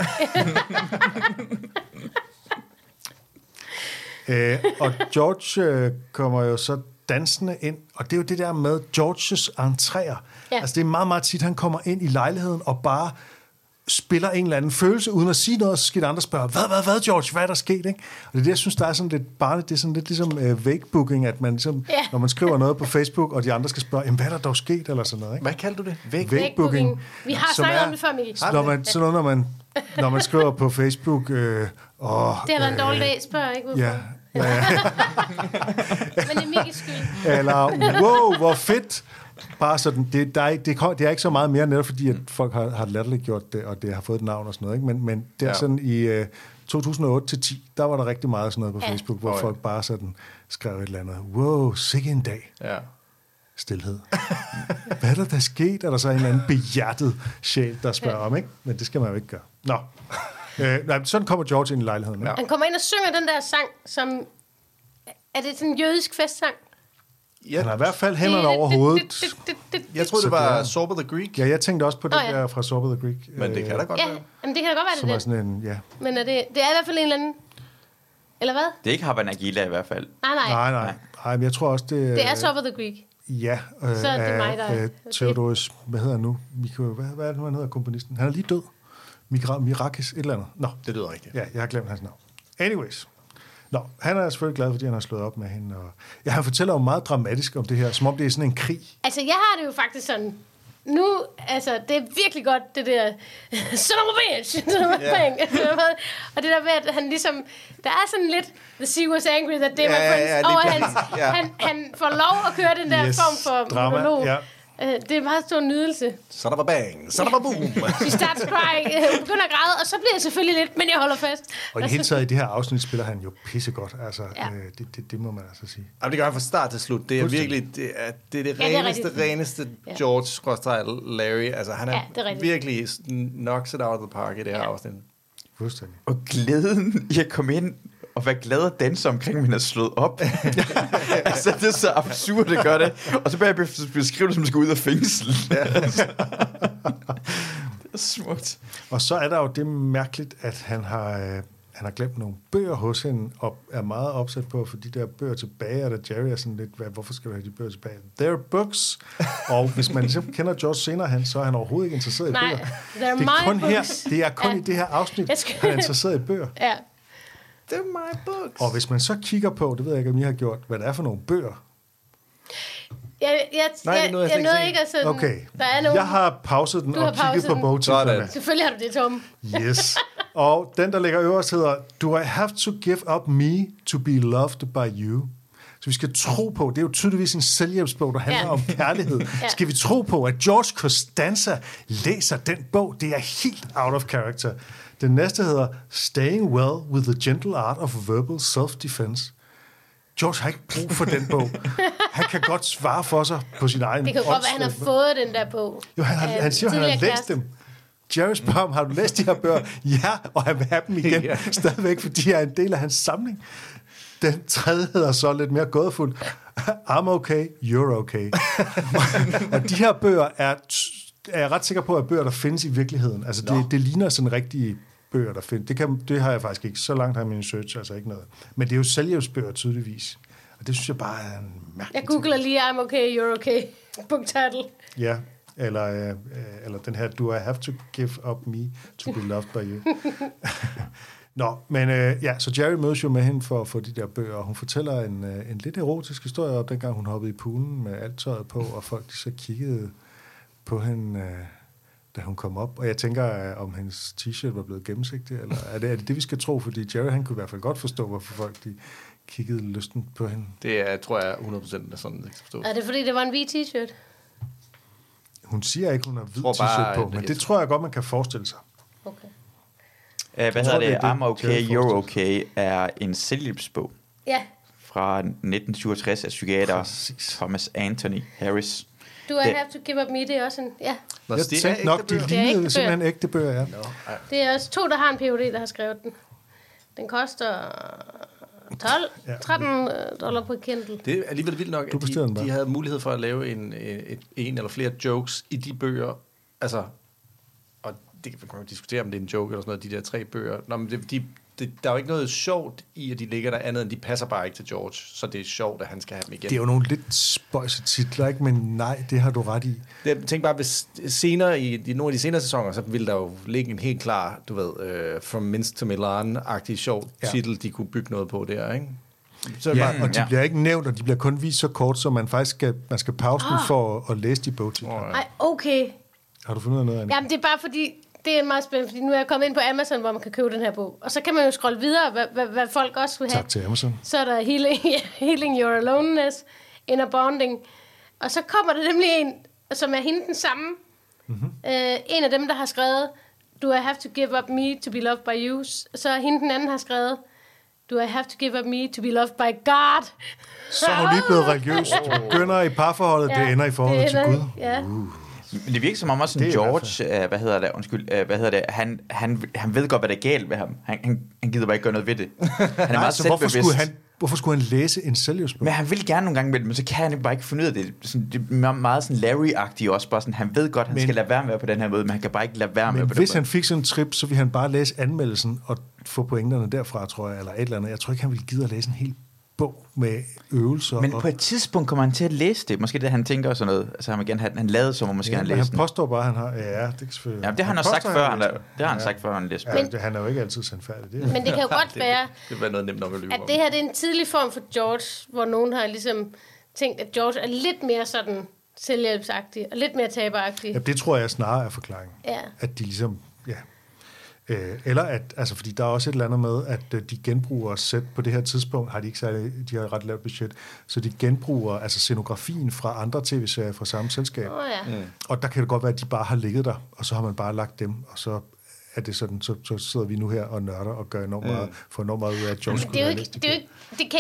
Og George kommer jo så dansende ind, og det er jo det der med Georges entréer. Ja. Altså, det er meget, meget tit, han kommer ind i lejligheden og bare spiller en eller anden følelse, uden at sige noget, og så skal de andre spørge, hvad, George, hvad er der sket, ikke? Og det er det, jeg synes, der er sådan lidt barnet, det er sådan lidt ligesom vakebooking, at man ligesom, når man skriver noget på Facebook, og de andre skal spørge, hvad er der dog sket, eller sådan noget, ikke? Hvad kalder du det? Vakebooking. Vi har snakket om det før, Mikkel. Sådan noget, når man skriver på Facebook, det har været en dårlig dag, spørg ikke, hvorfor. Ja. Men det er Mikkels skyld. Eller, wow, hvor fedt. Bare sådan, det er ikke så meget mere, netop fordi, at folk har latterligt gjort det, og det har fået et navn og sådan noget, ikke? Men det er sådan i 2008-10, der var der rigtig meget sådan noget på Facebook, hvor folk bare sådan skrev et eller andet, wow, sikke en dag. Ja. Stilhed. Hvad er der sket? Eller så en eller anden behjertet sjæl, der spørger om, ikke? Men det skal man jo ikke gøre. Nå. Sådan kommer George ind i lejligheden. Ja. Han kommer ind og synger den der sang, som... Er det sådan en jødisk festsang? Ja. Han har i hvert fald hænderne over hovedet. Jeg troede, det var Sorba the Greek. Ja, jeg tænkte også på det der fra Sorba the Greek. Men det kan da godt være. Jamen, det kan da godt være, det er sådan en, ja. Men det er i hvert fald en eller anden... Eller hvad? Det er ikke Habba Nagila i hvert fald. Nej, men jeg tror også, det er Sorba the Greek. Ja. Så er det mig, der... Theodoros, hvad hedder han nu? Hvad er det nu, han hedder, komponisten? Han er lige død. Mirakis, et eller andet. Nå. Det lyder rigtigt. Ja, jeg har glemt hans navn. Anyways. Nå, han er selvfølgelig glad, fordi han har slået op med hende. Og han fortæller jo meget dramatisk om det her, som om det er sådan en krig. Altså, jeg har det jo faktisk sådan... Nu, altså, det er virkelig godt, det der... Son of a bitch! Og det der med, at han ligesom... Der er sådan lidt... The sea was angry that day, my friends. Og han får lov at køre den der form for monolog. Ja. Det er en meget stor nydelse. Så der var bang, så der var boom. She starts crying, hun begynder at græde, og så bliver jeg selvfølgelig lidt, men jeg holder fast. Og i hele taget i det her afsnit spiller han jo pissegodt. Altså, det må man altså sige. Jamen, det gør han fra start til slut. Det er virkelig det reneste George Larry. Altså, han er virkelig knocks it out of the park i det her afsnit. Fuldstændig. Og glæden i at komme ind og være glad og danse omkring, men er slået op. Altså, det er så absurd, det gør det. Og så bør jeg beskrive det, som skal ud af fængsel. Det er smukt. Og så er der jo det mærkeligt, at han har glemt nogle bøger hos hende, og er meget opsat på at få de der bøger tilbage, og da Jerry er sådan lidt, hvorfor skal du have de bøger tilbage? They're books. Og hvis man ligesom kender George senere, så er han overhovedet ikke interesseret i bøger. Det er kun i det her afsnit, han er interesseret i bøger. Ja. They're my books. Og hvis man så kigger på, det ved jeg ikke, om I har gjort, hvad det er for nogle bøger. Jeg nåede ikke at sådan... Okay, der er nogle... jeg har pauset den og kigget på bogtitlerne. Selvfølgelig har du det, Tom. Yes. Og den, der ligger øverst, hedder Do I have to give up me to be loved by you? Så vi skal tro på, det er jo tydeligvis en selvhjælpsbog, der handler om kærlighed. Skal vi tro på, at George Costanza læser den bog? Det er helt out of character. Den næste hedder Staying Well with the Gentle Art of Verbal Self-Defense. George har ikke brug for den bog. Han kan godt svare for sig på sin egen... Det kan godt være, han har fået den der bog. Jo, han siger, han har læst dem. Jerry spørger ham, har du læst de her bøger? Ja, og han vil have dem igen. Stadigvæk, fordi de er en del af hans samling. Den tredje hedder så lidt mere gådefuld. I'm okay, you're okay. Og de her bøger er jeg ret sikker på, at bøger, der findes i virkeligheden. Altså, det ligner sådan rigtige bøger, der findes. Det har jeg faktisk ikke. Så langt har min research altså ikke noget. Men det er jo selvhjælpsbøger tydeligvis. Og det synes jeg bare er en mærkelig Jeg googler lige, I'm okay, you're okay. Book title. Ja, eller den her, Do I have to give up me to be loved by you? Nå, men så Jerry mødes jo med hende for at få de der bøger, og hun fortæller en lidt erotisk historie om, dengang hun hoppede i poolen med alt tøjet på, og folk de så kiggede på hende, da hun kom op. Og jeg tænker, om hendes t-shirt var blevet gennemsigtig, eller er det, vi skal tro? Fordi Jerry, han kunne i hvert fald godt forstå, hvorfor folk de kiggede lysten på hende. Det tror jeg 100% sådan, det kan forstå. Er det fordi, det var en hvid t-shirt? Hun siger ikke, hun har hvid t-shirt på, men det tror jeg godt, man kan forestille sig. Okay. Hvad hedder det? I'm okay, you're okay er en selvhjælpsbog. Ja. Fra 1967 af psykiater Thomas Anthony Harris. Do I have to give up me, det er også en... Ja. Jeg tænkte nok, de lignede simpelthen ægte bøger, ja. Det er også 2, der har en PhD, der har skrevet den. Den koster 13 dollar på Kindle. Det er alligevel vildt nok, at de havde mulighed for at lave en eller flere jokes i de bøger. Altså, og det kan man diskutere, om det er en joke eller sådan noget, de der 3 bøger. Nå, men der er jo ikke noget sjovt i, at de ligger der andet, end de passer bare ikke til George, så det er sjovt, at han skal have dem igen. Det er jo nogle lidt spøjse titler, ikke? Men nej, det har du ret i. Tænk bare, hvis senere i nogle af de senere sæsoner, så ville der jo ligge en helt klar, du ved, From Minsk to Milan-agtig sjov titel, de kunne bygge noget på der, ikke? Så og de bliver ikke nævnt, og de bliver kun vist så kort, så man faktisk skal pause den for at læse de bogtitler. Ej, okay. Har du fundet noget af det? Jamen, det er bare fordi... Det er meget spændende, fordi nu er jeg kommet ind på Amazon, hvor man kan købe den her bog. Og så kan man jo scrolle videre, hvad folk også vil have. Tak til Amazon. Så er der Healing Your Aloneness, Inner Bonding. Og så kommer der nemlig en, som er hende den samme. Mm-hmm. En af dem, der har skrevet, Do I have to give up me to be loved by you? Så hende den anden har skrevet, Do I have to give up me to be loved by God? Så er hun lige blevet religiøs. Du begynder i parforholdet, det ender i forholdet til Gud. Ja. Men det virker som om også en George, han ved godt, hvad der er galt med ham. Han gider bare ikke gøre noget ved det. Han er meget selvbevidst. Hvorfor skulle han læse en selvhjælpsbog? Men han vil gerne nogle gange med det, men så kan han bare ikke finde ud af det. Det er meget sådan Larry-agtigt også. Bare sådan, han ved godt, han skal lade være med på den her måde, men han kan bare ikke lade være med på den måde. Hvis han fik sådan en trip, så ville han bare læse anmeldelsen og få pointerne derfra, tror jeg, eller et eller andet. Jeg tror ikke, han ville gide at læse en hel bog med øvelser. Men på et tidspunkt kommer han til at læse det. Måske det, han tænker og sådan noget. Altså han lavede som, måske han læste han påstår bare, han har... Ja, det kan selvfølgelig... Ja, det har han sagt før. Det har han sagt før, han læste. Ja, han er jo ikke altid sandfærdig. Men det kan jo godt være, det var noget nemt nok at lyve at det her det er en tidlig form for George, hvor nogen har ligesom tænkt, at George er lidt mere sådan selvhjælpsagtig og lidt mere taberagtig. Ja, det tror jeg snarere er forklaringen. Ja. At de ligesom... Ja. Eller at, altså fordi der er også et eller andet med, at de genbruger sæt på det her tidspunkt, har de ikke særlig, de har ret lavt budget, så de genbruger altså scenografien fra andre tv-serier fra samme selskab. Og der kan det godt være, at de bare har ligget der, og så har man bare lagt dem, og så er det sådan, så sidder vi nu her og nørder og gør enormt meget, får enormt meget ud af, at George det kan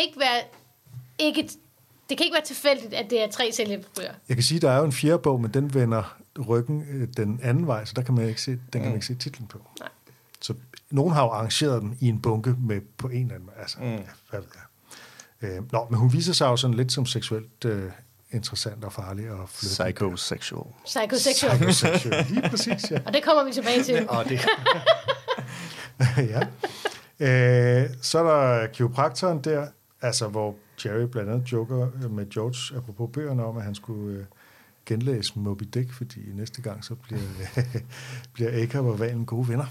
ikke være tilfældigt, at det er 3 selvhjælpsbøger. Jeg kan sige, at der er jo en 4. bog, men den vender ryggen den anden vej, så der kan man ikke se, kan man ikke se titlen på. Nej. Så nogen har jo arrangeret den i en bunke med på en eller anden. Altså, hvad ved jeg. Men hun viser sig jo sådan lidt som seksuelt interessant og farlig og flytte. Psychosexual. Lige præcis, ja. Og det kommer vi tilbage til. ja. Så er der kiropraktoren der, altså hvor Jerry blandt andet joker med George, apropos bøgerne om, at han skulle genlæse Moby Dick, fordi næste gang så bliver Acorn og Valen gode venner.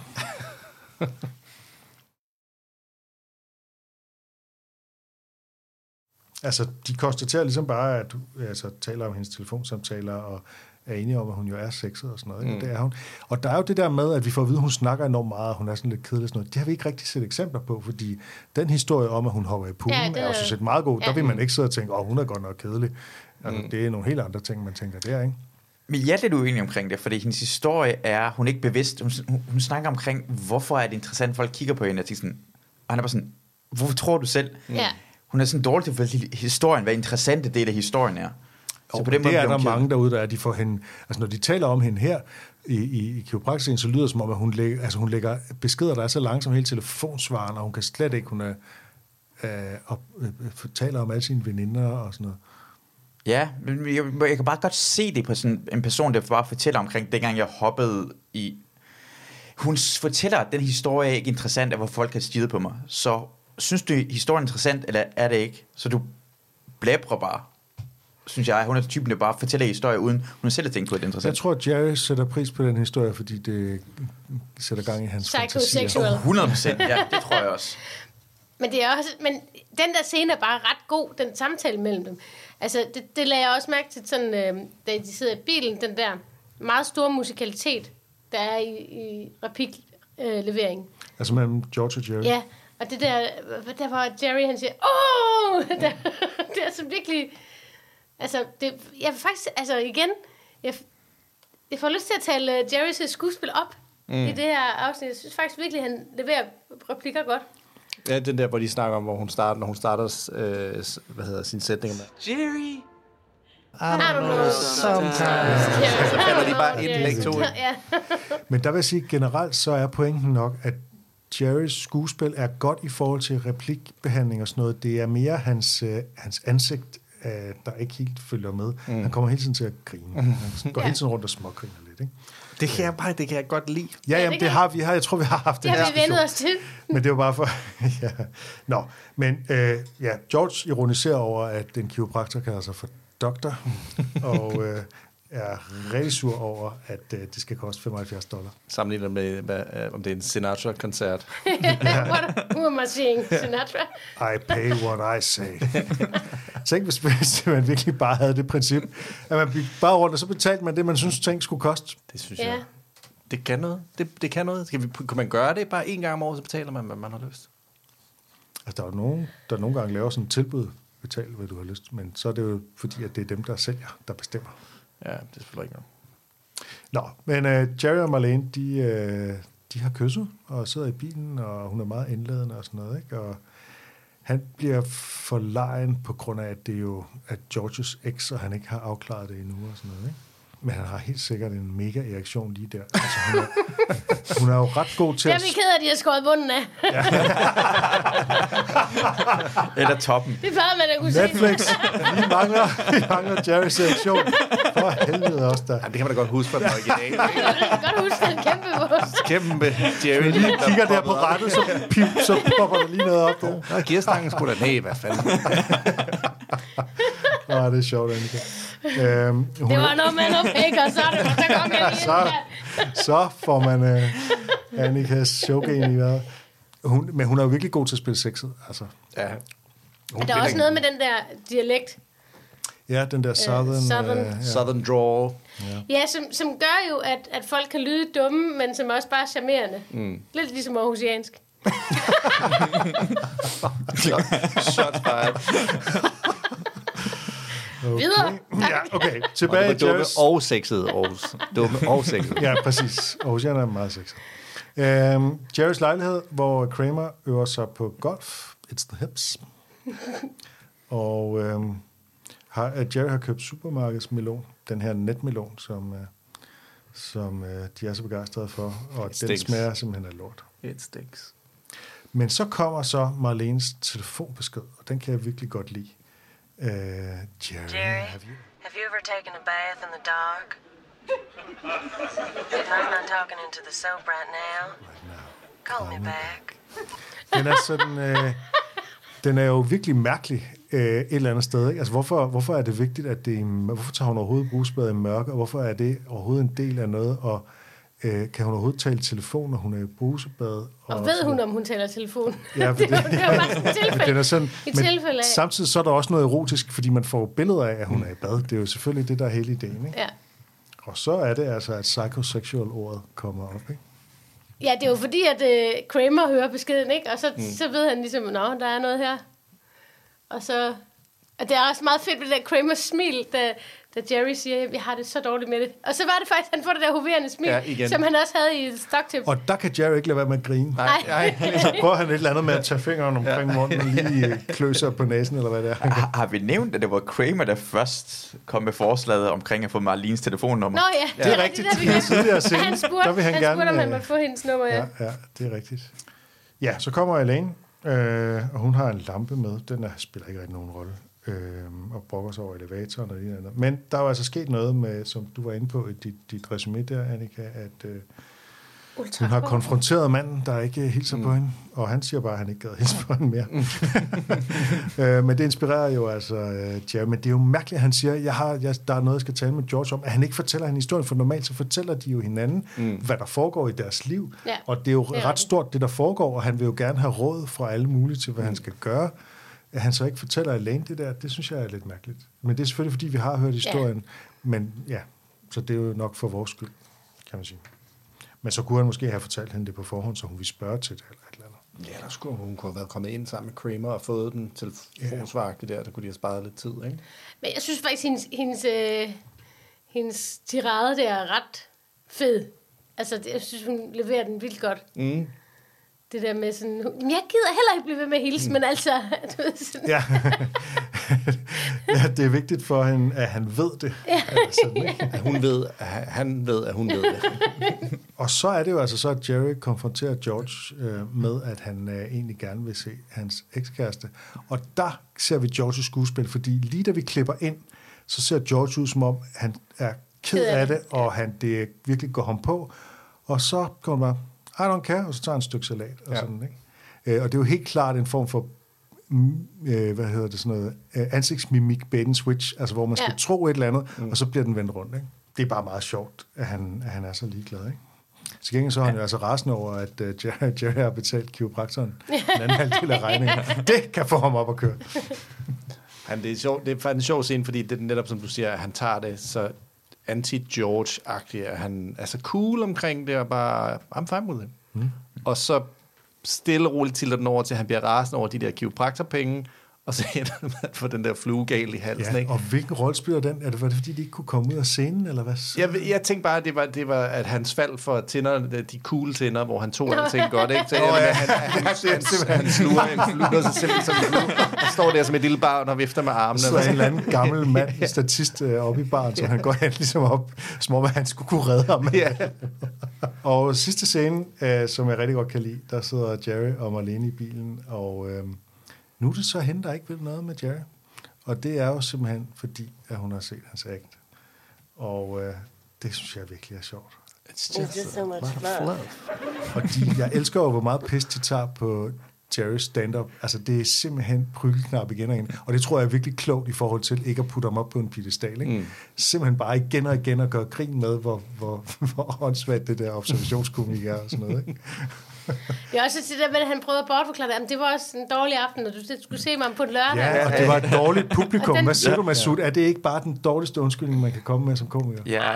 Altså, de konstaterer ligesom bare, at du taler om hendes telefonsamtaler, og er enige om, at hun jo er sexet og sådan noget. Ikke? Det er hun. Og der er jo det der med, at vi får at vide, at hun snakker enormt meget, og hun er sådan lidt kedelig og sådan noget. Det har vi ikke rigtig set eksempler på, fordi den historie om, at hun hopper i poolen, er jo så set meget god. Der vil man ikke sidde og tænke, hun er godt nok kedelig. Altså, det er nogle helt andre ting, man tænker der, ikke? Men jeg er lidt uenig omkring det, fordi hendes historie er, hun er ikke bevidst. Hun snakker omkring, hvorfor er det interessant, at folk kigger på hende, og han er bare sådan, hvorfor tror du selv? hun er sådan dårlig til at fortælle historien, hvad interessante del af historien er. Så på den måde er der mange derude, der de får hende, altså når de taler om hende her i kiropraktikken, så lyder det som om, at hun lægger beskeder, der er så langsomt hele telefonsvaren, og hun kan slet ikke, taler om alle sine veninder og sådan noget. Ja, men jeg kan bare godt se det på sådan en person, der bare fortæller omkring, dengang jeg hoppede i... Hun fortæller, at den historie er ikke interessant, af hvor folk har stiget på mig. Så synes du, historien er interessant, eller er det ikke? Så du blæbrer bare, synes jeg. Hun er typen, der bare fortæller historier, uden hun selv har tænkt på, at det er interessant. Jeg tror, at Jerry sætter pris på den historie, fordi det sætter gang i hans fantasier. 100%, ja, det tror jeg også. Men den der scene er bare ret god, den samtale mellem dem. Altså, det lagde jeg også mærke til, sådan, da de sidder i bilen, den der meget store musikalitet, der er i replikleveringen. Altså mellem George og Jerry? Ja, og det der hvor Jerry, han siger, åh! Det er så virkelig... Altså, jeg vil faktisk... Altså, igen, jeg får lyst til at tale Jerrys skuespil op i det her afsnit. Jeg synes faktisk virkelig, han leverer replikker godt. Ja, den der, hvor de snakker om, når hun starter sin sætning med. Jerry! I don't know, sometimes. Så falder de bare ind begge to. Men der vil jeg sige, generelt så er pointen nok, at Jerrys skuespil er godt i forhold til replikbehandling og sådan noget. Det er mere hans ansigt, der ikke helt følger med. Han kommer hele tiden til at grine. Han går hele tiden rundt og smågriner lidt, ikke? Det kan jeg godt lide. Ja, jamen, det har vi. Jeg tror, vi har haft det her. Det har vi vendet os til. Men det var bare for... ja. Nå, men George ironiserer over, at en kiropraktor kalder sig for doktor, og er rigtig sur over, at det skal koste $75. Sammenlignet med, om det er en Sinatra-koncert. Who am I seeing? Sinatra? I pay what I say. Tænk, hvis man virkelig bare havde det princip, at man gik bare rundt, og så betalte man det, man synes, ting skulle koste. Det synes jeg. Det kan noget. Det kan noget. Kan man gøre det bare en gang om året, så betaler man, hvad man har lyst? Altså, der er nogen, der nogle gange laver sådan et tilbud, betal, hvad du har lyst, men så er det jo fordi, at det er dem, der sælger, der bestemmer. Ja, det er selvfølgelig ikke noget. Nå, men Jerry og Marlene, de har kysset og sidder i bilen, og hun er meget indladende og sådan noget, ikke? Og han bliver forlegen på grund af, at det er jo at Georges eks, og han ikke har afklaret det endnu og sådan noget, ikke? Men han har helt sikkert en mega erektion lige der. Altså, hun er jo ret god til at... Jeg er ked af, at de har skåret bunden af. Ja. Eller toppen. Det plejer man at kunne Netflix. Vi mangler Jerrys erektion. For helvede også der. Ja, det kan man da godt huske fra den originale. Jeg kan godt huske den kæmpe vores. Kæmpe Jerry. Hvis lige kigger der på rettet, så popper der lige noget op der. Nå, gearstangen skulle da nej, hvad fanden. Det er sjovt, Annika. Det var noget med noget pæk, og så er det, der kom jeg lige så får man Annikas showgame i vejret. Men hun er jo virkelig god til at spille sexet. Altså. Ja. Der er også noget med den der dialekt. Ja, den der southern drawl. Ja, som gør jo, at folk kan lyde dumme, men som også bare er charmerende. Lidt ligesom aarhusiansk. Shots fired. Okay. Videre. Ja, okay. Tilbage til dumme og sexede Aarhus. Dumme og sexede. Ja, præcis. Aarhusianer er meget sexet. Jerrys lejlighed, hvor Kramer øver sig på golf. It's the hips. Og Jerry har købt supermarkedsmelon. Den her netmelon, som de er så begejstrede for. Og den smager simpelthen af lort. It stinks. Men så kommer så Marlenes telefonbesked, og den kan jeg virkelig godt lide. Jerry, have you ever taken a bath in the dark? If I'm not talking into the soap right now, call me back. Den er sådan, den er jo virkelig mærkelig et eller andet sted, ikke? Altså hvorfor er det vigtigt, at hvorfor tager hun overhovedet brusebad i mørke, og hvorfor er det overhovedet en del af noget, og kan hun overhovedet tale telefon, når hun er i brusebad? Og ved hun, om hun taler telefon? Ja, det er jo bare sådan et tilfælde. Den er sådan, men samtidig så er der også noget erotisk, fordi man får billeder af, at hun er i bad. Det er jo selvfølgelig det, der er hele ideen, ikke? Ja. Og så er det altså, at psychosexual-ordet kommer op, ikke? Ja, det er jo fordi, at Kramer hører beskeden, ikke? Og så ved han ligesom, der er noget her. Og så... Og det er også meget fedt med det der Kramers smil, da Jerry siger, at jeg har det så dårligt med det. Og så var det faktisk, han får det der hoverende smil, som han også havde i Stocktips. Og der kan Jerry ikke lade være med at grine. Nej. Så prøver han et eller andet med at tage fingeren omkring munden og lige kløse på næsen, eller hvad det er. Har vi nævnt, at det var Kramer, der først kom med forslaget omkring at få Marlenes telefonnummer? Nå ja, det er rigtigt. Han spurgte, om han måtte få hendes nummer, ja, det er rigtigt. Ja, så kommer Elaine, og hun har en lampe med. Den spiller ikke rigtig nogen rolle. Og brokker sig over elevatoren og det andet. Men der er jo altså sket noget med, som du var inde på i dit resumé der, Annika, at hun har konfronteret manden, der ikke hilser på hende, og han siger bare, at han ikke gad hilse på hende mere. Men det inspirerer jo altså Jerry. Men det er jo mærkeligt, at han siger, der er noget, jeg skal tale med George om, at han ikke fortæller hende historien, for normalt så fortæller de jo hinanden, hvad der foregår i deres liv. Ja, og det er jo ret stort, det der foregår, og han vil jo gerne have råd fra alle mulige til, hvad han skal gøre. At han så ikke fortæller Elaine det der, det synes jeg er lidt mærkeligt. Men det er selvfølgelig, fordi vi har hørt historien. Men ja, så det er jo nok for vores skyld, kan man sige. Men så kunne han måske have fortalt hende det på forhånd, så hun ville spørge til det eller et eller andet. Ja, der skulle hun kunne have været kommet ind sammen med Kramer og fået den telefonsvagt der kunne de have sparet lidt tid, ikke? Men jeg synes faktisk, hendes tirade der er ret fed. Altså, jeg synes, hun leverer den vildt godt. Det der med sådan, jeg gider heller ikke blive ved med at hilse, men altså... Du ved, sådan. Ja. Ja, det er vigtigt for hende, at han ved det. Ja. Sådan, ikke? At hun ved, at han ved, at hun ved det. Og så er det jo altså så, at Jerry konfronterer George med, at han egentlig gerne vil se hans ekskæreste. Og der ser vi Georges skuespil, fordi lige da vi klipper ind, så ser George ud som om, han er ked af det, og det virkelig går ham på. Og så kommer man I don't care, og så tager han et stykke salat. Og sådan, ikke? Og det er jo helt klart en form for hvad hedder det, sådan noget, ansigtsmimik, bait and switch, altså hvor man skal tro et eller andet, og så bliver den vendt rundt. Ikke? Det er bare meget sjovt, at han er så ligeglad. Ikke? Til gengæld så er han jo altså rasende over, at Jerry har betalt kiropraktoren den anden halvdel af regningen. Det kan få ham op at køre. Det er sjovt. Det er faktisk en sjov scene, fordi det er netop, som du siger, at han tager det så anti-George-agtigt, at han er så cool omkring det, og bare, I'm fine with it. Og så stille og roligt tilter den over til, at han bliver rasende over de der kiropraktorpenge, og så ender man for den der fluegal i halsen. Ja, ikke? og hvilken rolle spiller den? Var det fordi, de ikke kunne komme ud af scenen, eller hvad? Jeg tænkte bare, at det var at hans fald for tænderne, de cool tænder, hvor han tog alting godt, ikke? Så han sluger sig simpelthen som en flue, og står der som et lille barn og vifter med armene. Så en eller anden gammel mand, statist oppe i baren, så han går hen ligesom op, som om han skulle kunne redde ham. Ja. Og sidste scene, som jeg rigtig godt kan lide, der sidder Jerry og Marlene i bilen, og nu er det så hende, der ikke vil noget med Jerry. Og det er jo simpelthen fordi, at hun har set hans act. Og det synes jeg virkelig er sjovt. It's just so much fun. Og jeg elsker jo, hvor meget pis de tager på Jerry's stand-up. Altså, det er simpelthen pryggelknap igen og igen. Og det tror jeg er virkelig klogt i forhold til ikke at putte ham op på en piedestal. Ikke? Simpelthen bare igen og igen at gøre grin med, hvor åndssvagt det der observationskomik er og sådan noget. Ikke? Det er også det der med, at han prøvede at bortforklare det. Det var også en dårlig aften, og du skulle se mig på en lørdag. Ja, og det var et dårligt publikum. Hvad siger du, Masud? Er det ikke bare den dårligste undskyldning, man kan komme med som komiker? Ja,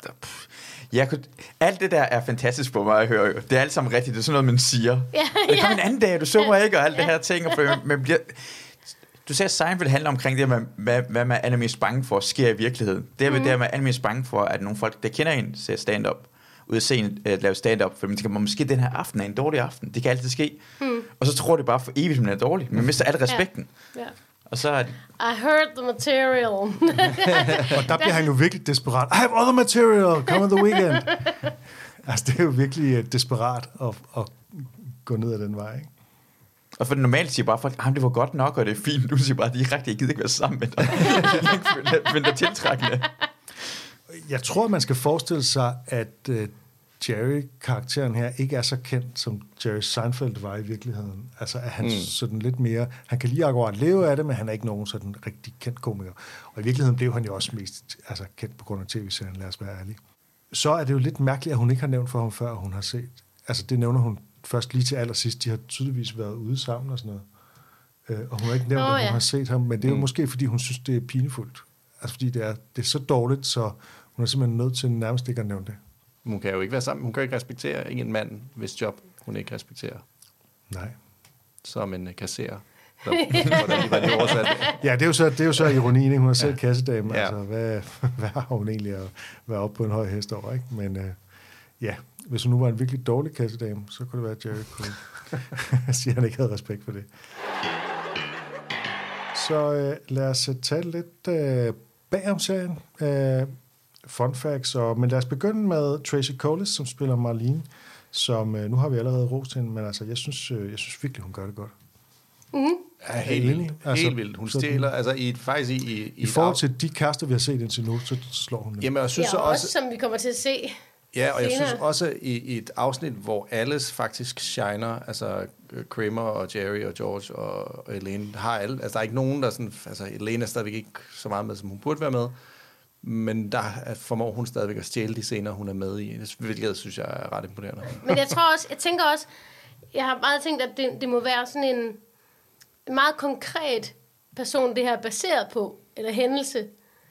alt det der er fantastisk for mig at høre. Det er alt sammen rigtigt. Det er sådan noget, man siger. Det kommer en anden dag, du så mig ikke, og alt det her ting. Man bliver... Du sagde, at Seinfeld handler omkring det, hvad man er mest bange for, sker i virkeligheden. Det er, man er mest bange for, at nogle folk, der kender en, ser stand-up, ud af scenen, lave stand-up, for man tænker, måske den her aften er en dårlig aften. Det kan altid ske. Og så tror det bare for evigt, man er dårlig. Man mister al respekten. Ja. Og så er det... I heard the material. Og der bliver han jo virkelig desperat. I have other material, come on the weekend. Altså, det er jo virkelig desperat at gå ned ad den vej, ikke? Og for normalt siger bare folk, det var godt nok, og det er fint. Du siger bare, jeg gider ikke være sammen med dig. Men det er tiltrækkende. Jeg tror, man skal forestille sig, at Jerry-karakteren her ikke er så kendt, som Jerry Seinfeld var i virkeligheden. Altså, at han sådan lidt mere... Han kan lige akkurat leve af det, men han er ikke nogen sådan rigtig kendt komiker. Og i virkeligheden blev han jo også mest kendt på grund af tv-serien, lad os være ærlige. Så er det jo lidt mærkeligt, at hun ikke har nævnt for ham før, hun har set. Altså, det nævner hun først lige til allersidst. De har tydeligvis været ude sammen og sådan noget. Og hun har ikke nævnt, at hun har set ham, men det er jo måske, fordi hun synes, det er pinefuldt. Altså, fordi det er så dårligt, så hun er simpelthen nødt til nærmest ikke at nævne det. Hun kan jo ikke være sammen. Hun kan jo ikke respektere en mand, hvis job hun ikke respekterer. Nej. Som en kasserer. hvordan de var oversat. Ja, det er jo så ironien, ikke? Hun er selv kassedame. Ja. Altså, hvad har hun egentlig at være oppe på en høj hest over, ikke? Men hvis hun nu var en virkelig dårlig kassedame, så kunne det være, at Jerry kunne sige, at han ikke havde respekt for det. Så lad os tale lidt bagom serien. Fun facts. Men lad os begynde med Tracy Collis, som spiller Marlene, som nu har vi allerede rost hende, men altså, jeg synes virkelig, hun gør det godt. Ja, helt vildt. Hun stjæler, altså i forhold til de kaster, vi har set indtil nu, så slår hun det. Jamen, jeg synes også, som vi kommer til at se. Ja, og jeg synes også i et afsnit, hvor Alice faktisk shiner, altså Kramer og Jerry og George og Elaine har alle, altså der er ikke nogen, der sådan, altså Elaine er stadigvæk ikke så meget med, som hun burde være med, men der formår hun stadigvæk at stjæle de scener, hun er med i, hvilket synes jeg er ret imponerende. Men jeg tænker også, jeg har meget tænkt, at det må være sådan en meget konkret person, det her er baseret på, eller hændelse,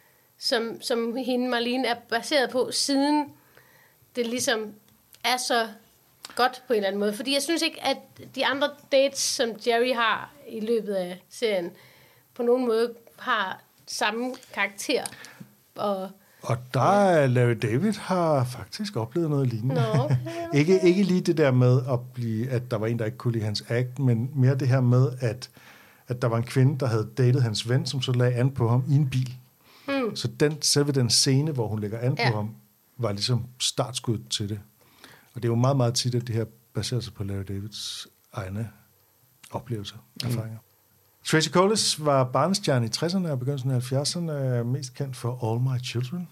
som hende Marlene er baseret på, siden det ligesom er så godt på en eller anden måde. Fordi jeg synes ikke, at de andre dates, som Jerry har i løbet af serien, på nogen måde har samme karakter. Og der Larry David har faktisk oplevet noget lignende. Ikke lige det der med at der var en, der ikke kunne lide hans act, men mere det her med, at der var en kvinde, der havde datet hans ven, som så lagde an på ham i en bil. Så selve den scene, hvor hun lægger an på ham, var ligesom startskud til det. Og det er jo meget, meget tit, at det her baserer sig på Larry Davids egne oplevelser, erfaringer. Tracy Collis var barnestjerne i 60'erne og begyndelsen af 70'erne, mest kendt for All My Children.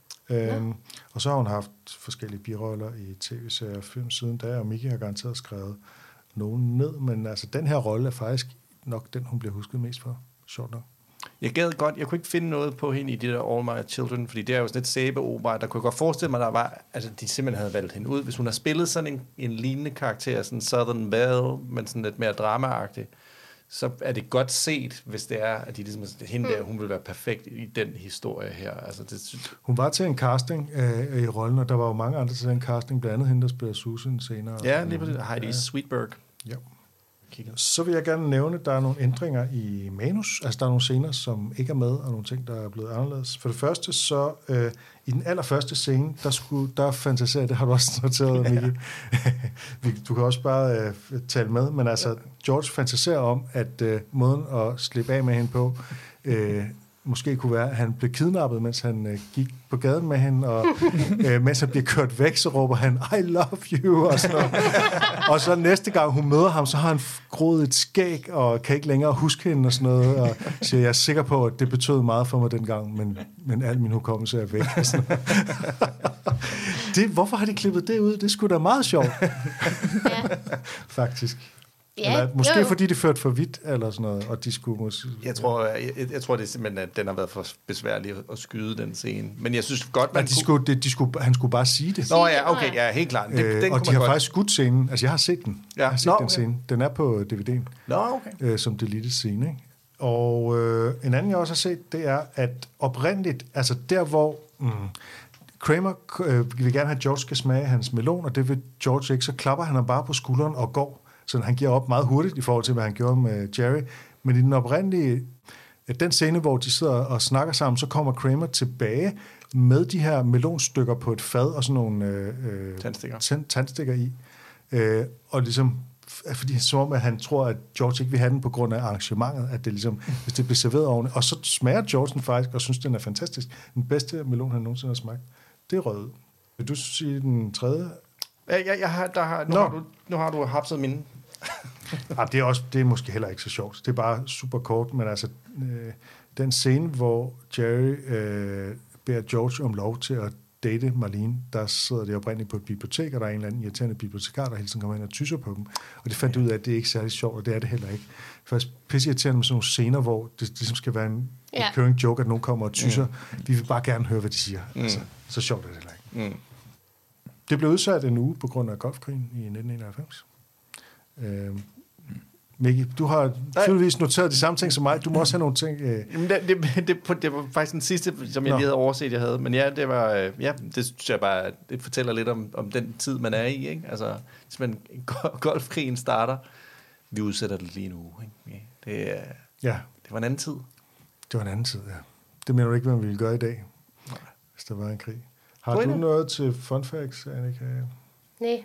Og så har hun haft forskellige biroller i tv-serier og film siden da, og Mickey har garanteret skrevet nogen ned, men altså den her rolle er faktisk nok den, hun bliver husket mest for. Sjovt nok. Jeg kunne ikke finde noget på hende i de der All My Children, fordi det er jo sådan et sæbeopera, der kunne jeg godt forestille mig, der var, altså de simpelthen havde valgt hende ud. Hvis hun har spillet sådan en lignende karakter, sådan Southern Belle, men sådan lidt mere drama-agtig, så er det godt set, hvis det er, at de ligesom, hende der, hun vil være perfekt i den historie her. Altså, hun var til en casting i rollen, og der var jo mange andre til den casting, blandt andet hende, der spiller Susan senere. Ja, lige på det. Heidi Sweetberg. Ja. Så vil jeg gerne nævne, at der er nogle ændringer i manus. Altså, der er nogle scener, som ikke er med, og nogle ting, der er blevet anderledes. For det første, så i den allerførste scene, der fantaserer, det har du også noteret, Mickey. Du kan også bare tale med, men altså, George fantaserer om, at måden at slippe af med hende på, måske kunne være, at han blev kidnappet, mens han gik på gaden med hende, og mens han bliver kørt væk, så råber han, I love you, og sådan noget. Og så næste gang hun møder ham, så har han groet et skæg, og kan ikke længere huske hende og sådan noget, og siger, jeg er sikker på, at det betød meget for mig dengang, men al min hukommelse er væk. Hvorfor har de klippet det ud? Det skulle da meget sjovt. Faktisk. Ja, eller måske fordi det førte for vidt, eller sådan noget, og de skulle måske... Jeg tror, det er simpelthen, at den har været for besværlig at skyde den scene. Men jeg synes godt, man han skulle bare sige det. Nå ja, okay, ja, helt klart. Og de har faktisk skudt scenen. Altså, jeg har set den. Ja. Jeg har set den scene. Den er på DVD'en. Nå, okay. Som deleted scene, ikke? Og en anden, jeg også har set, det er, at oprindeligt, altså der, hvor... Kramer vil gerne have, at George skal smage hans melon, og det vil George ikke, så klapper han ham bare på skulderen og går. Så han giver op meget hurtigt i forhold til, hvad han gjorde med Jerry. Men i den oprindelige, den scene, hvor de sidder og snakker sammen, så kommer Kramer tilbage med de her melonstykker på et fad og sådan nogle tandstikker i. Og ligesom, fordi som om, at han tror, at George ikke vil have den på grund af arrangementet, at det ligesom, hvis det bliver serveret ordentligt. Og så smager George den faktisk, og synes, den er fantastisk. Den bedste melon, han nogensinde har smagt. Det er rød. Vil du sige den tredje? Nu har du hapset mine. Det er måske heller ikke så sjovt. Det er bare super kort, men altså den scene, hvor Jerry beder George om lov til at date Marlene, der sidder de oprindeligt på et bibliotek, og der er en eller anden irriterende bibliotekar, der hele tiden kommer ind og tysser på dem. Og det fandt ud af, at det er ikke særlig sjovt, og det er det heller ikke. Først pisse irriterende med sådan nogle scener, hvor det ligesom skal være en recurring joke, at nogen kommer og tysser. Vi vil bare gerne høre, hvad de siger. Altså, så sjovt er det heller ikke. Det blev udsat en uge på grund af Golfkrigen i 1991. Mickey, du har tydeligvis noteret de samme ting som mig. Du må også have nogle ting... Det var faktisk den sidste, som jeg lige havde overset, jeg havde. Men ja, det var... det synes jeg bare, det fortæller lidt om den tid, man er i, ikke? Altså, hvis man golfkrigen starter, vi udsætter det lige nu, ikke? Ja, Det var en anden tid. Det var en anden tid, ja. Det mener du ikke, hvad man ville gøre i dag, hvis der var en krig. Har du noget til fun facts, Annika? Nej.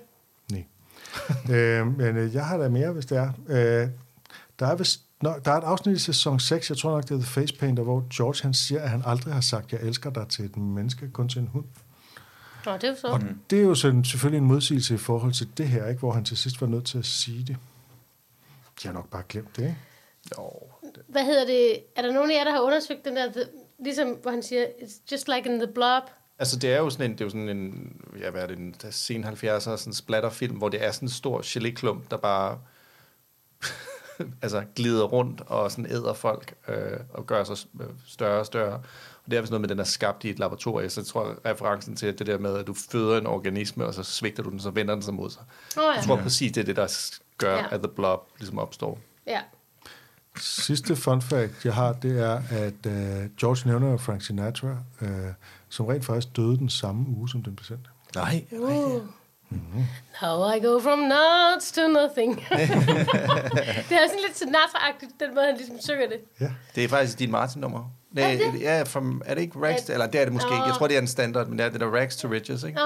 Men jeg har da mere, hvis det er. Der er et afsnit i sæson 6, jeg tror nok, det er The Face Painter, hvor George han siger, at han aldrig har sagt, jeg elsker dig til et menneske, kun til en hund. Nå, det er så. Og det er jo selvfølgelig en modsigelse i forhold til det her, ikke? Hvor han til sidst var nødt til at sige det. De har nok bare glemt det, ikke? Hvad hedder det? Er der nogen af jer, der har undersøgt den der, ligesom hvor han siger, it's just like in The Blob? Altså, det er jo sådan en ja, hvad er det, en sen 70'er, sådan en splatterfilm, hvor det er sådan en stor gelé-klump, der bare altså glider rundt og sådan æder folk og gør sig større og større. Og det er vist noget med, den er skabt i et laboratorium, så jeg tror, referencen til det der med, at du føder en organisme, og så svigter du den, så vender den sig mod sig. Jeg tror præcis, det er det, der gør, at The Blob ligesom opstår. Ja. Sidste fun fact, jeg har, det er, at George nævner Frank Sinatra, som rent faktisk døde den samme uge, som den blev sendt. Nej. Now I go from nuts to nothing. Det er sådan lidt Sinatra-agtigt, den måde, han ligesom synger det. Ja. Det er faktisk din Martin-nummer. Nej, er det ikke Rags? Eller det er det måske ikke. Jeg tror, det er en standard, men det er det der Rags to Riches, ikke?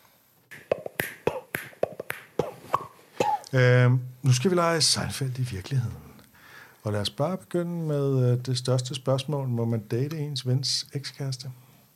Ja. Nu skal vi lege Seinfeld i virkeligheden. Og lad os bare begynde med det største spørgsmål. Må man date ens vens ekskæreste?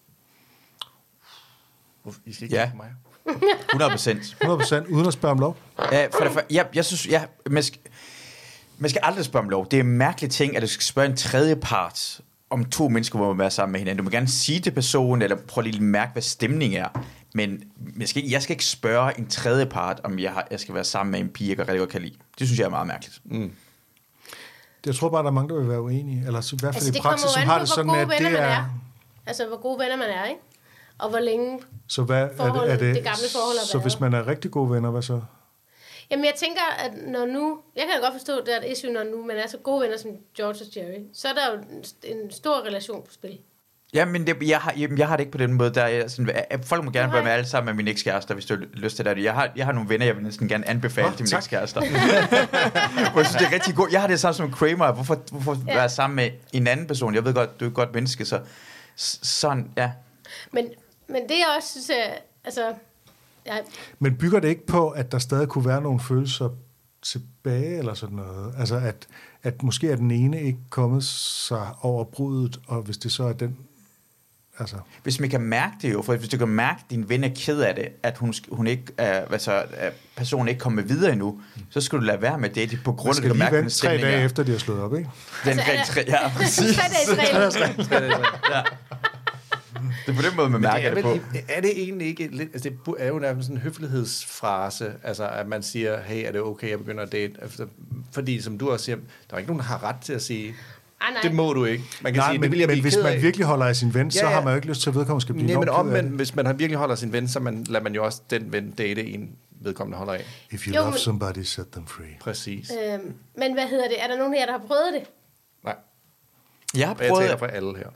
I skal ikke på mig. 100%. 100% uden at spørge om lov? Jeg synes, man skal aldrig spørge om lov. Det er en mærkelig ting, at du skal spørge en tredje part om to mennesker, hvor man være sammen med hinanden. Du må gerne sige til personen, eller prøve lige at mærke, hvad stemningen er. Men jeg skal ikke spørge en tredje part, om jeg skal være sammen med en pige, jeg rigtig godt kan lide. Det synes jeg er meget mærkeligt. Jeg tror bare, der er mange, der vil være uenige. Eller i hvert fald i praksis, som har det sådan, at det er... Altså, hvor gode venner man er, ikke? Og hvor længe så hvad er det gamle forhold så hvis man er rigtig gode venner, hvad så? Jamen, jeg tænker, at når nu... Jeg kan godt forstå, at det er et issue, når nu man er så gode venner som George og Jerry. Så er der jo en stor relation på spil. Ja, men jeg har det ikke på den måde. Der er sådan, folk må gerne være med alle sammen med mine ekskærester, hvis du har lyst til det. Jeg har nogle venner, jeg vil næsten gerne anbefale til mine ekskærester. Jeg synes, det er rigtig godt. Jeg har det samme som Kramer. Hvorfor være sammen med en anden person? Jeg ved godt, du er et godt menneske, så sådan, ja. Men det er også, synes jeg, altså... Men bygger det ikke på, at der stadig kunne være nogle følelser tilbage, eller sådan noget? Altså, at måske er den ene ikke kommet sig over bruddet, og hvis det så er den... Altså. Hvis man kan mærke det jo, for hvis du kan mærke, at din ven er ked af det, at hun ikke, personen ikke kommer videre endnu, så skal du lade være med det på grund af, at du mærker den stemning. 3 dage efter, de har slået op, ikke? Den ja, præcis. 3 dage. Ja. Det er på den måde, man mærker det på. Er det egentlig ikke lidt... Altså, det er jo nærmest sådan en høflighedsfrase, altså at man siger, hey, er det okay, jeg begynder at date? Fordi som du også siger, der er ikke nogen, der har ret til at sige, det må du ikke. Man kan sige, men, det vil jeg men hvis man virkelig holder af sin ven, så har man jo ikke lyst til at vedkommende skal blive enormt ked af det. Men hvis man virkelig holder af sin ven, så lader man jo også den ven date en vedkommende holder af. If you love somebody, set them free. Præcis. Men hvad hedder det? Er der nogen her, der har prøvet det? Nej. Jeg har prøvet det. Jeg taler for alle her.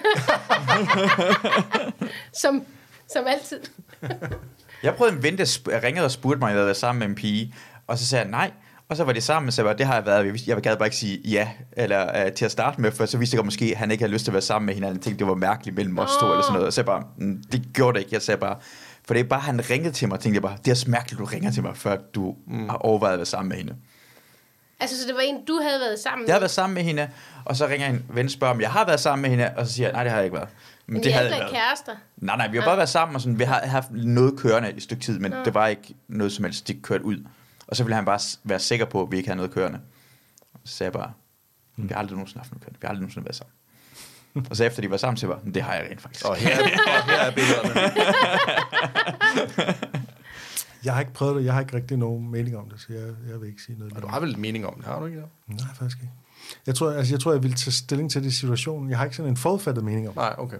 som altid. Jeg prøvede en ven, der ringede og spurgte mig, om jeg havde været sammen med en pige, og så sagde jeg nej, og så var det sammen, så det har jeg været. Jeg gad bare ikke sige ja, eller til at starte med, for så vidste jeg måske, at han ikke havde lyst til at være sammen med hinanden. Jeg tænkte, det var mærkeligt mellem os to, eller sådan noget. Og så jeg bare, det gjorde det ikke. Jeg sagde bare, for det er bare, han ringede til mig, og tænkte jeg bare, det er så mærkeligt, du ringer til mig, før du har overvejet at være sammen med hende. Altså, så det var en, du havde været sammen med? Jeg havde været sammen med hende, og så ringer en ven og spørger, om jeg har været sammen med hende, og så siger jeg, nej, det har jeg ikke været. Men det havde ikke været kærester? Nej, vi har bare været sammen, og sådan, vi har haft noget kørende i et stykke tid, men det var ikke noget som helst, de kørte ud. Og så ville han bare være sikker på, at vi ikke havde noget kørende. Og så sagde jeg bare, vi har aldrig nogensinde haft noget kørende, vi har aldrig nogensinde været sammen. Og så efter de var sammen, så var det har jeg rent faktisk. Og her er billederne. Jeg har ikke prøvet det, jeg har ikke rigtig nogen mening om det, så jeg vil ikke sige noget. Og du har vel en mening om det, har du ikke det? Nej, faktisk ikke. Jeg tror, jeg vil tage stilling til det i situationen. Jeg har ikke sådan en forudfattet mening om det. Nej, okay.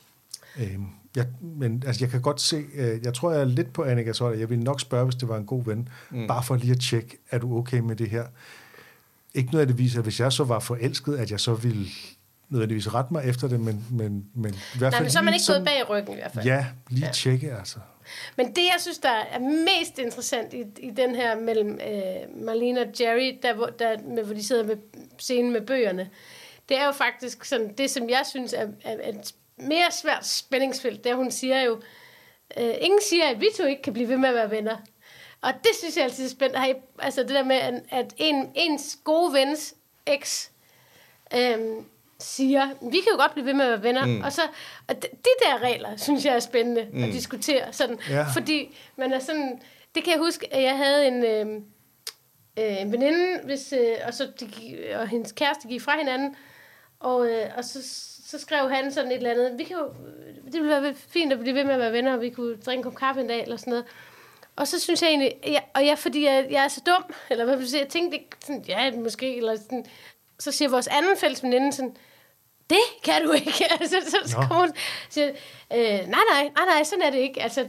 Men altså, jeg kan godt se, jeg tror, jeg er lidt på Annikas hold. Jeg ville nok spørge, hvis det var en god ven. Bare for lige at tjekke, er du okay med det her? Ikke noget af det viser, at hvis jeg så var forelsket, at jeg så ville nødvendigvis rette mig efter det, men i hvert fald... men så er man ikke gået bag ryggen i hvert fald. Ja, lige tjekke, altså. Men det, jeg synes, der er mest interessant i den her mellem Marlene og Jerry, hvor de sidder med scenen med bøgerne, det er jo faktisk sådan, det, som jeg synes er et mere svært spændingsfelt, der hun siger jo, ingen siger, at vi to ikke kan blive ved med at være venner. Og det synes jeg altid er spændende. Altså det der med, at ens gode vens eks siger, vi kan jo godt blive ved med at være venner. Og de der regler, synes jeg er spændende at diskutere. Sådan, fordi man er sådan, det kan jeg huske, at jeg havde en veninde, og hendes kæreste gik fra hinanden, og så skrev han sådan et eller andet, det ville være fint at blive ved med at være venner, og vi kunne drikke en kop kaffe en dag, eller sådan noget. Og så synes jeg egentlig, fordi jeg er så dum, eller hvad vil du sige, jeg tænkte sådan, ja, måske, eller sådan, så siger vores anden fælles veninde sådan, det kan du ikke. Altså, så kommer hun og siger, nej, sådan er det ikke. Altså,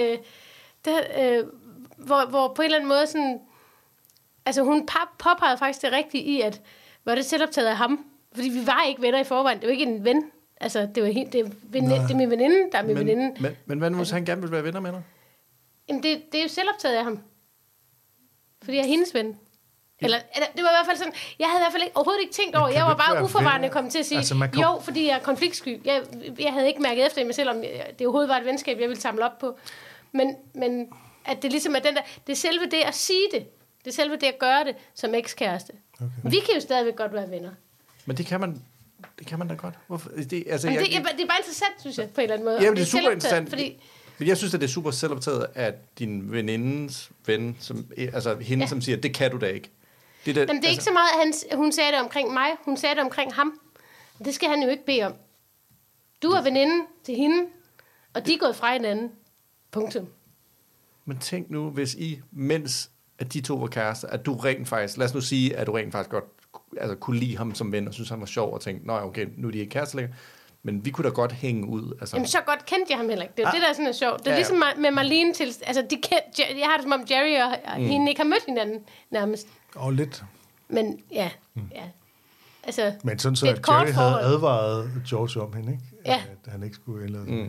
hvor på en eller anden måde sådan, altså hun påpegede faktisk det rigtige i, at var det selvoptaget af ham, fordi vi var ikke venner i forvejen, det var ikke en ven. Altså, det er min veninde, der er min veninde. Men hvad nu, hvis han gerne vil være venner med dig? Jamen, det er jo selvoptaget af ham. Fordi jeg er hendes ven. Eller det var i hvert fald sådan, jeg havde i hvert fald overhovedet ikke tænkt over, jeg var bare uforvarende kommet til at sige, altså, jo, fordi jeg er konfliktsky. Jeg havde ikke mærket efter i mig selv, om det overhovedet var et venskab, jeg ville samle op på. Men at det ligesom er den der, det er selve det at sige det. Det er selve det at gøre det som ekskæreste. Okay. Vi kan jo stadigvæk godt være venner. Men det kan man da godt. Hvorfor? Det er bare interessant, synes jeg, på en eller anden måde. Ja, det er super interessant. Men jeg synes, at det er super selvoptaget, at din venindens ven, altså hende, som siger, det kan du da ikke. Det er ikke så meget, at hun sagde det omkring mig. Hun sagde det omkring ham. Det skal han jo ikke bede om. Du er veninde til hende, og de er gået fra hinanden. Punktum. Men tænk nu, hvis mens at de to var kærester, at du rent faktisk, lad os nu sige, at du rent faktisk godt kunne lide ham som ven, og synes han var sjov, og tænkte, nej, okay, nu er de ikke kærester længere. Men vi kunne da godt hænge ud. Altså. Jamen, så godt kendte jeg ham heller ikke. Det er det, der er sådan sjovt. Det er ligesom med Marlene til... Altså, jeg har det som om Jerry og hende ikke har mødt hinanden nærmest. Og lidt. Men, ja. Altså, men sådan så, at Jerry havde advaret George om hende, ikke? Ja. At han ikke skulle indlede.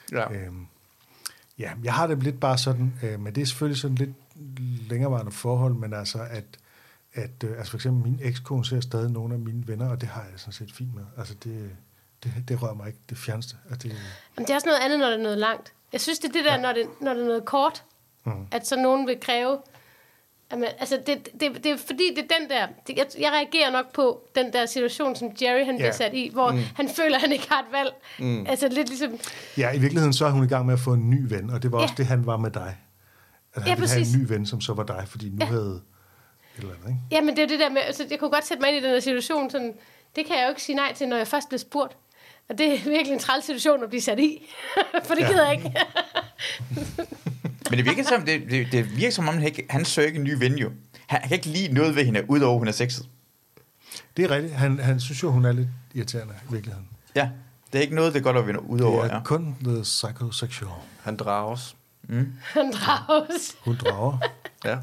Ja, jeg har det lidt bare sådan... men det er selvfølgelig sådan lidt længerevarende forhold, men altså, altså for eksempel min ekskone ser stadig nogle af mine venner, og det har jeg sådan set fint med. Altså, det rører mig ikke det fjerneste. Jamen, det er også noget andet, når det er noget langt. Jeg synes, det er det der, når det er noget kort, at så nogen vil kræve... Altså, det er fordi, det er den der... Jeg reagerer nok på den der situation, som Jerry han bliver sat i, hvor han føler, at han ikke har et valg. Altså, lidt ligesom... Ja, i virkeligheden så er hun i gang med at få en ny ven, og det var også det, han var med dig. At han ville have en ny ven, som så var dig, fordi nu havde... Et eller andet, ikke? Ja, men det er det der med... Altså, jeg kunne godt sætte mig ind i den der situation, sådan... Det kan jeg jo ikke sige nej til, når jeg først bliver spurgt. Og det er virkelig en træls situation at blive sat i. For det gider jeg ikke. Men det virker som, det virker som om, han søger ikke en ny ven jo. Han kan ikke lide noget ved hende, udover hun er sexet. Det er rigtigt. Han synes jo, hun er lidt irriterende i virkeligheden. Ja, det er ikke noget, det godt at vinde udover. Det er kun the psychosexual. Han drages. Han drages. Hun drager. Ja.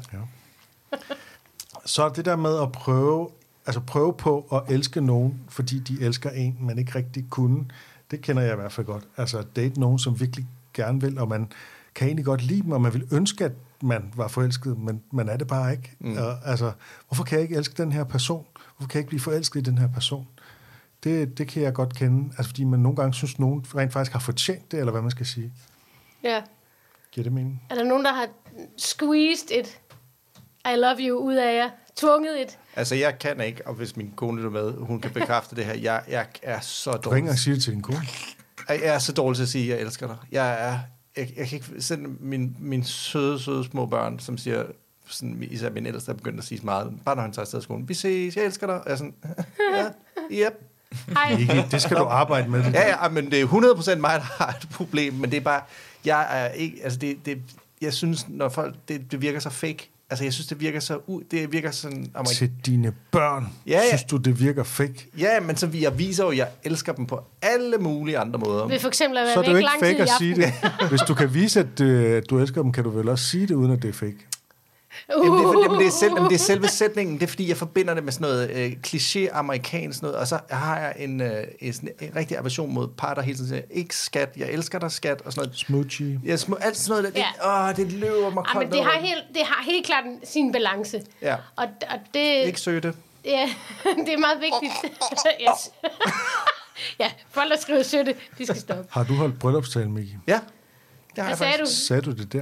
Så det der med at prøve på at elske nogen, fordi de elsker en, man ikke rigtig kunne, det kender jeg i hvert fald godt. Altså date nogen, som virkelig gerne vil, og man kan egentlig godt lide dem, og man vil ønske, at man var forelsket, men man er det bare ikke. Altså, hvorfor kan jeg ikke elske den her person? Hvorfor kan jeg ikke blive forelsket i den her person? Det kan jeg godt kende, altså fordi man nogle gange synes, nogen rent faktisk har fortjent det, eller hvad man skal sige. Ja. Giver det mening? Er der nogen, der har squeezed et I love you ud af jer? Tvunget et? Altså, jeg kan ikke, og hvis min kone er med, hun kan bekræfte det her. Jeg er så dårlig. Du kan ikke engang sige det til din kone. Jeg er så dårlig til at sige, at jeg elsker dig. Jeg kan ikke sende mine søde små børn, som siger, sådan, især min ældste er begyndt at sige meget, bare når han tager afsted af skolen, vi ses, jeg elsker dig. Og jeg er sådan, ja, yep. Hej. Det skal du arbejde med. Ja, men det er 100% mig, der har et problem, men det er bare, jeg er ikke, altså jeg synes, når folk, det virker så fake. Altså, jeg synes, det virker sådan... Til dine børn, synes du, det virker fake? Ja, men så jeg viser jo, at jeg elsker dem på alle mulige andre måder. Vil for eksempel at være så er det jo ikke ikke fake at sige det. Hvis du kan vise, at du elsker dem, kan du vel også sige det, uden at det er fake? Det er selve sætningen. Det er fordi, jeg forbinder det med sådan noget kliché amerikansk noget, og så har jeg en rigtig aversion mod par, der hele tiden siger, ikke skat, jeg elsker dig skat, og sådan noget. Smoochie. Ja, alt sådan noget, det løber mig koldt. Men det har helt klart sin balance. Ja. Og det... Ikke søge det. Ja, det er meget vigtigt. Yes. Ja, folk, der skriver søtte, de skal stoppe. Har du holdt bryllupstale, Miki? Ja, det har jeg faktisk. Sagde du det der?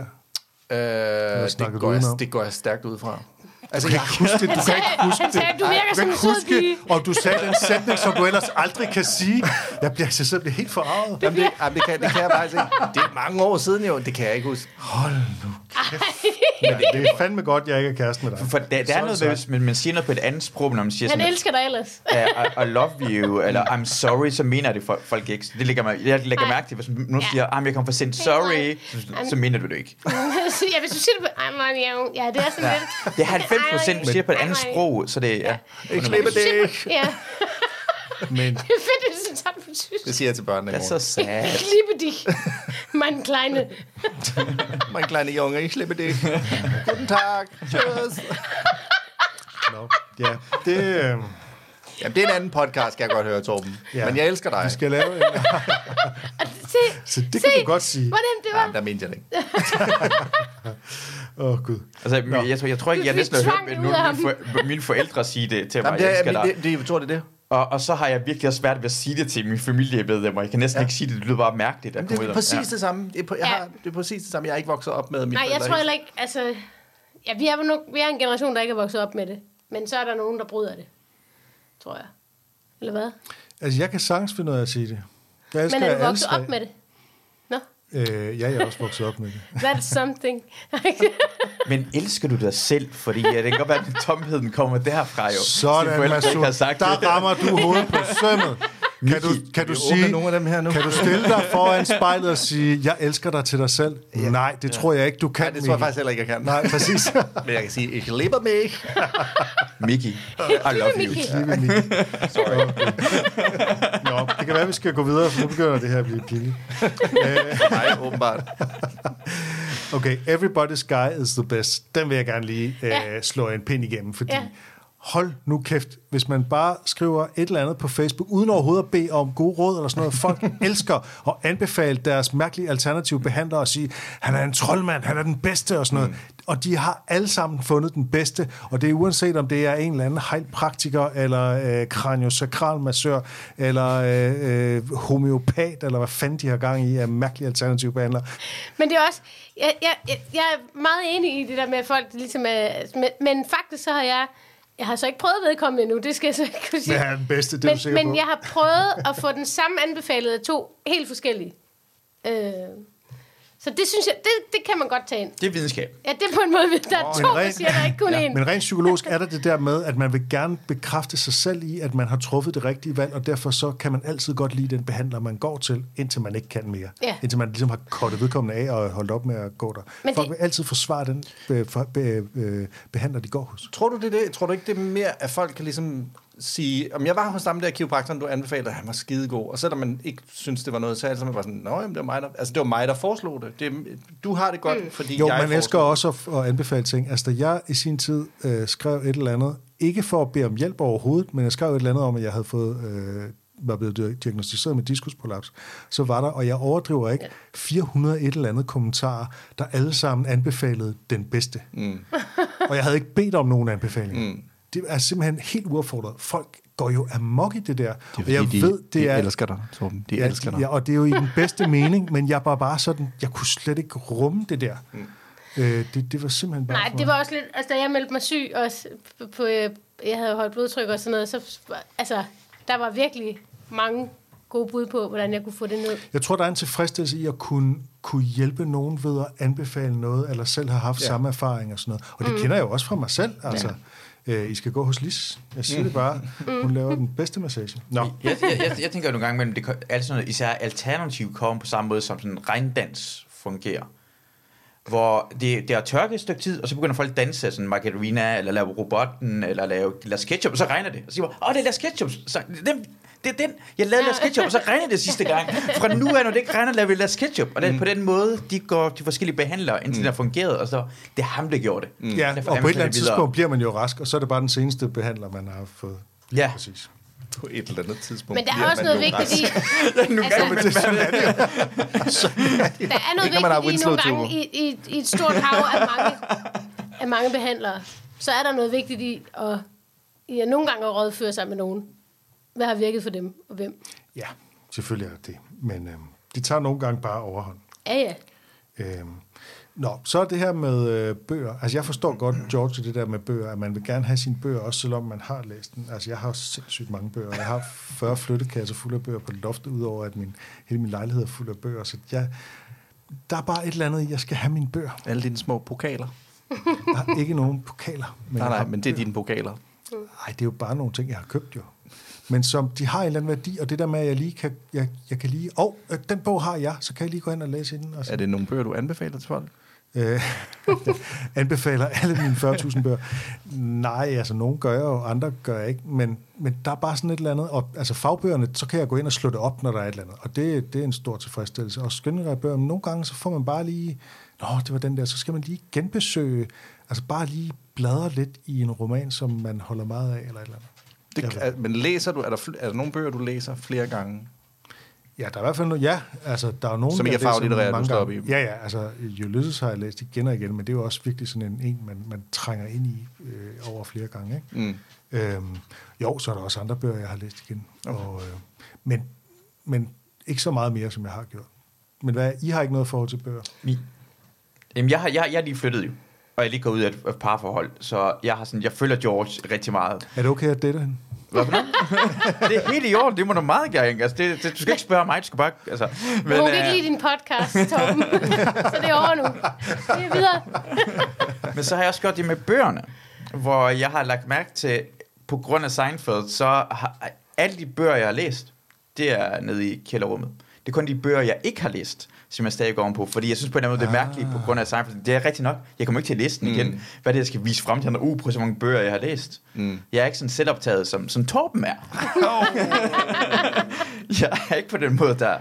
Det går jeg stærkt ud fra. Altså, jeg kan huske det. Du kan ikke huske det. Du virker som en sød pige. Og du sagde den sætning, som du ellers aldrig kan sige. Jeg bliver helt forarvet. Det kan jeg faktisk ikke. Det er mange år siden jo. Det kan jeg ikke huske. Hold nu kæft. Ja, det er fandme godt, jeg ikke er kæreste med dig. For der er noget, hvis man siger noget på et andet sprog, når man siger sådan... Han elsker dig ellers. I love you, eller I'm sorry, så mener det folk ikke. Jeg lægger mærke til, hvis nogen siger, jeg kommer for sent, sorry, så mener du det ikke. Ja, hvis du siger det på... Ja, det er sådan lidt... Det er 90%, du siger på et andet sprog, så det er... Ikke slipper det. Ja. Men... Det er fedt, det er sådan på tysk. Det siger jeg til børnene. Det er så sad. Ich liebe dich, mein Kleine. Mein kleine Junge, ich liebe dich. Guten Tag. Tschüss. Ja, det... Jamen, det er en anden podcast, kan jeg godt høre, Torben. Ja. Men jeg elsker dig. Vi skal lave en... Så det kan du godt sige. Hvordan det var? Jamen, der mente jeg det ikke. Gud. Altså, jeg tror ikke, jeg næsten har hørt mine forældre sige det til mig. Jeg elsker dig. Jeg tror, det er det. Og så har jeg virkelig svært ved at sige det til min familiemedlemmer. Jeg kan næsten ikke sige det. Det lyder bare mærkeligt. Det er præcis det samme. Det er præcis det samme. Jeg er ikke vokset op med mine forældre. Nej, jeg tror heller ikke... Altså, ja, vi er en generation, der ikke er vokset op med det. Men så er der nogen, der bryder det. Tror jeg. Eller hvad? Altså, jeg kan sagtens finde noget at sige det. Men er du vokset op med det? Nå? Ja, jeg er også vokset op med det. That's something. Men elsker du dig selv? Fordi det kan godt være, at tomheden kommer derfra jo. Sådan, Masud. Der rammer du hovedet på sømmet. Kan du sige, nogle af dem her nu? Kan du stille dig foran spejlet og sige, jeg elsker dig til dig selv? Ja. Nej, det tror jeg ikke, du kan. Nej, det tror jeg faktisk heller ikke, jeg kan. Nej, præcis. Men jeg kan sige, ich liebe mich. Miki, I love you. Sorry. Nå, det kan være, vi skal gå videre, for nu begynder det her at blive pinligt. Nej, åbenbart. Okay, everybody's guy is the best. Den vil jeg gerne lige slå en pind igennem, fordi... Hold nu kæft, hvis man bare skriver et eller andet på Facebook, uden overhovedet at bede om gode råd eller sådan noget. Folk elsker at anbefale deres mærkelige alternative behandlere og sige, han er en troldmand, han er den bedste og sådan noget. Og de har alle sammen fundet den bedste, og det er uanset om det er en eller anden heilpraktiker, eller kraniosakral massør, eller homeopat, eller hvad fanden de har gang i af mærkelige alternative behandlere. Men det er også, jeg er meget enig i det der med, at folk ligesom men faktisk så har jeg har så ikke prøvet vedkommende endnu, det skal jeg så ikke kunne sige. Det er den bedste, det er du sikker på. Men jeg har prøvet at få den samme anbefalet af 2 helt forskellige. Så det synes jeg, det kan man godt tage ind. Det er videnskab. Ja, det er på en måde, der er 2, der siger, der ikke kun én. Men rent psykologisk er der det der med, at man vil gerne bekræfte sig selv i, at man har truffet det rigtige valg, og derfor så kan man altid godt lide den behandler, man går til, indtil man ikke kan mere. Ja. Indtil man ligesom har kortet vedkommende af og holdt op med at gå der. Men folk vil altid forsvare den behandler, de går hos. Tror du det? Tror du ikke, det er mere, at folk kan ligesom sige, om jeg var hos dem der kiropraktoren, du anbefalede, at han var skidegod, og selvom man ikke synes, det var noget, så er det bare sådan, nå, jamen, det var mig, der foreslog det. Du har det godt, fordi jo, man elsker også at anbefale ting. Altså, da jeg i sin tid skrev et eller andet, ikke for at bede om hjælp overhovedet, men jeg skrev et eller andet om, at jeg havde var blevet diagnosticeret med diskusprolaps, så var der, og jeg overdriver ikke, 400 et eller andet kommentarer, der alle sammen anbefalede den bedste. Og jeg havde ikke bedt om nogen anbefaling. Det er simpelthen helt uaffordret. Folk går jo amok i det der. Det er fordi, de elsker dig, Torben. De elsker dig. Ja, og det er jo i den bedste mening, men jeg var bare sådan, jeg kunne slet ikke rumme det der. Det var simpelthen bare... Nej, det var også lidt... Altså, da jeg meldte mig syg, og jeg havde højt blodtryk og sådan noget, så... Altså, der var virkelig mange gode bud på, hvordan jeg kunne få det ned. Jeg tror, der er en tilfredsstillelse i at kunne hjælpe nogen ved at anbefale noget, eller selv have haft samme erfaring og sådan noget. Og det kender jeg jo også fra mig selv, altså... I skal gå hos Lis. Jeg siger det bare. Hun laver den bedste massage. Nå. Jeg tænker nogle gange, men det er sådan noget, især alternativ kommer på samme måde, som sådan en regndans fungerer. Hvor det er tørket et stykke tid, og så begynder folk at danse sådan Margarina, eller lave robotten, eller lave Las Ketchup, og så regner det. Og så siger man, det er Las Ketchup. Så, det er den. Jeg lavede Las Ketchup, og så regnede det sidste gang. Fra nu af, når det ikke regner, laver vi Las Ketchup. Og på den måde, de går de forskellige behandlere, indtil det har fungeret, og så det er ham, der gjorde det. Ja, og på et eller andet tidspunkt bliver man jo rask, og så er det bare den seneste behandler, man har fået. Ja, præcis. På et eller andet tidspunkt. Men der er også noget vigtigt i... Der er noget vigtigt i nogle gange i et stort hav af mange behandlere. Så er der noget vigtigt i at nogle gange at rådføre sig med nogen. Hvad har virket for dem, og hvem? Ja, selvfølgelig er det. Men de tager nogle gange bare overhånd. Ja. Så er det her med bøger. Altså, jeg forstår godt, George, det der med bøger, at man vil gerne have sine bøger, også selvom man har læst den. Altså, jeg har sindssygt mange bøger. Jeg har 40 flyttekasser fulde af bøger på loftet, udover at hele min lejlighed er fuld af bøger. Så der er bare et eller andet, jeg skal have mine bøger. Alle dine små pokaler. Jeg har ikke nogen pokaler. Men det er dine pokaler. Nej, det er jo bare nogle ting, jeg har købt jo. Men som de har en eller anden værdi, og det der med, at jeg lige kan lige... den bog har jeg, så kan jeg lige gå hen og læse i den. Er det nogle bøger, du anbefaler til folk? Anbefaler alle mine 40.000 bøger. Nej, altså nogle gør jeg jo, andre gør jeg ikke, men der er bare sådan et eller andet, og altså fagbøgerne, så kan jeg gå ind og slå det op, når der er et eller andet, og det er en stor tilfredsstillelse. Og skønlitterære bøger, men nogle gange, så får man bare lige, det var den der, så skal man lige genbesøge, altså bare lige bladre lidt i en roman, som man holder meget af, eller et eller andet. Men læser du, er der nogle bøger, du læser flere gange? Ja, der er i hvert fald altså der er nogen, som ikke er faglitterære, du står op i. Ja, altså Ulysses har jeg læst igen og igen, men det er jo også virkelig sådan en man trænger ind i over flere gange, ikke? Så er der også andre bøger, jeg har læst igen. Okay. Og, men ikke så meget mere, som jeg har gjort. Men I har ikke noget forhold til bøger? Jamen, jeg er lige flyttet jo, og jeg lige går ud af et parforhold, så jeg følger George rigtig meget. Er det okay at date hende? Det er helt i orden, det må du meget gerne. Altså, du skal ikke spørge mig, du skal bare... Altså, men hun kan ikke lide din podcast, Torben. Så det er over nu. Det er videre. Men så har jeg også gjort det med bøgerne, hvor jeg har lagt mærke til, på grund af Seinfeld, så har alle de bøger, jeg har læst, det er nede i kælderrummet. Det er kun de bøger, jeg ikke har læst, som jeg stadig går oven på. Fordi jeg synes på en måde, det er mærkeligt på grund af Seinfeld. Det er rigtigt nok. Jeg kommer ikke til at læse den igen. Hvad det, jeg skal vise frem til, når på så mange bøger, jeg har læst. Jeg er ikke sådan selvoptaget, som Torben er. Jeg er ikke på den måde, der...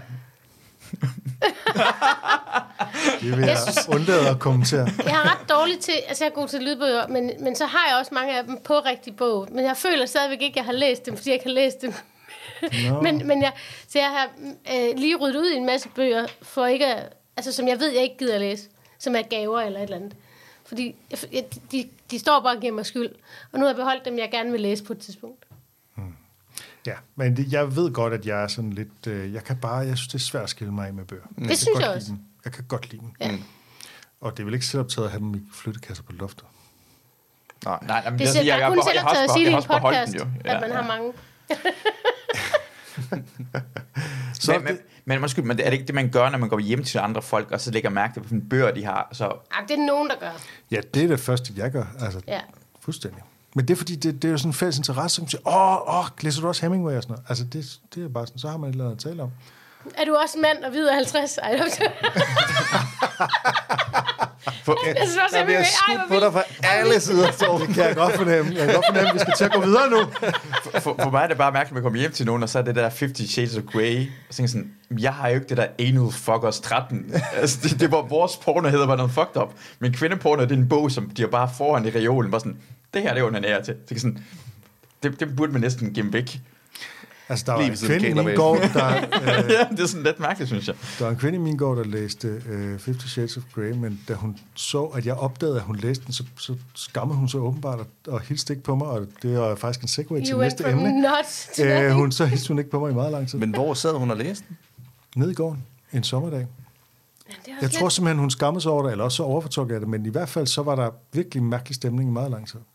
Det vil jeg undlade at kommentere. Jeg er ret dårlig til, altså jeg er god til lydbøger, men så har jeg også mange af dem på rigtig bog. Men jeg føler stadigvæk ikke, at jeg har læst dem, fordi jeg ikke har læst dem. No. men jeg har lige ryddet ud i en masse bøger, for ikke altså som jeg ved, jeg ikke gider at læse, som er gaver eller et eller andet. Fordi de står bare og giver mig skyld. Og nu har jeg beholdt dem, jeg gerne vil læse på et tidspunkt. Ja, men jeg ved godt, at jeg er sådan lidt... jeg synes, det er svært at skille mig af med bøger. Det synes jeg også. Jeg kan godt lide dem. Ja. Og det er vel ikke selvoptaget at have dem i flyttekasser på loftet? Nej, men det er kun selvoptaget at sige i din podcast, at man har mange... Men er det ikke det, man gør, når man går hjem til andre folk, og så lægger mærke til, hvilke bøger de har? Så... det er nogen, der gør. Ja, det er det første, jeg gør. Altså, fuldstændig. Men det er fordi, det er jo sådan en fælles interesse, som siger, læser du også Hemingway og sådan noget? Altså, det er bare sådan, så har man et eller andet at tale om. Er du også mand og hvid af 50? Ej, det er ved at skudt på dig fra alle sider, så det kan jeg godt fornemme. Vi skal til at gå videre nu. For mig er det bare mærkeligt, at man kommer hjem til nogen, og så er det der 50 Shades of Grey. Og så sådan, jeg har jo ikke det der anal fuckers 13. Altså, det var vores porno hedder bare noget fucked up. Men kvindeporno, det er en bog, som de har bare foran i reolen. Bare sådan, det her, det er onanerer til. Det, sådan, det burde man næsten gemme væk. Altså, der var en kvinde i min gård, der... ja, det er sådan lidt mærkeligt, synes jeg. Der var en kvinde i min gård, der læste 50 Shades of Grey, men da hun så, at jeg opdagede, at hun læste den, så skammede hun så åbenbart og hilste ikke på mig, og det var faktisk en segue til næste emne. Så hilste hun ikke på mig i meget lang tid. Men hvor sad hun og læste den? Nede i gården, en sommerdag. Jeg tror simpelthen, hun skammede sig over det, eller også så overfortolkede jeg det, men i hvert fald så var der virkelig mærkelig stemning i meget lang tid.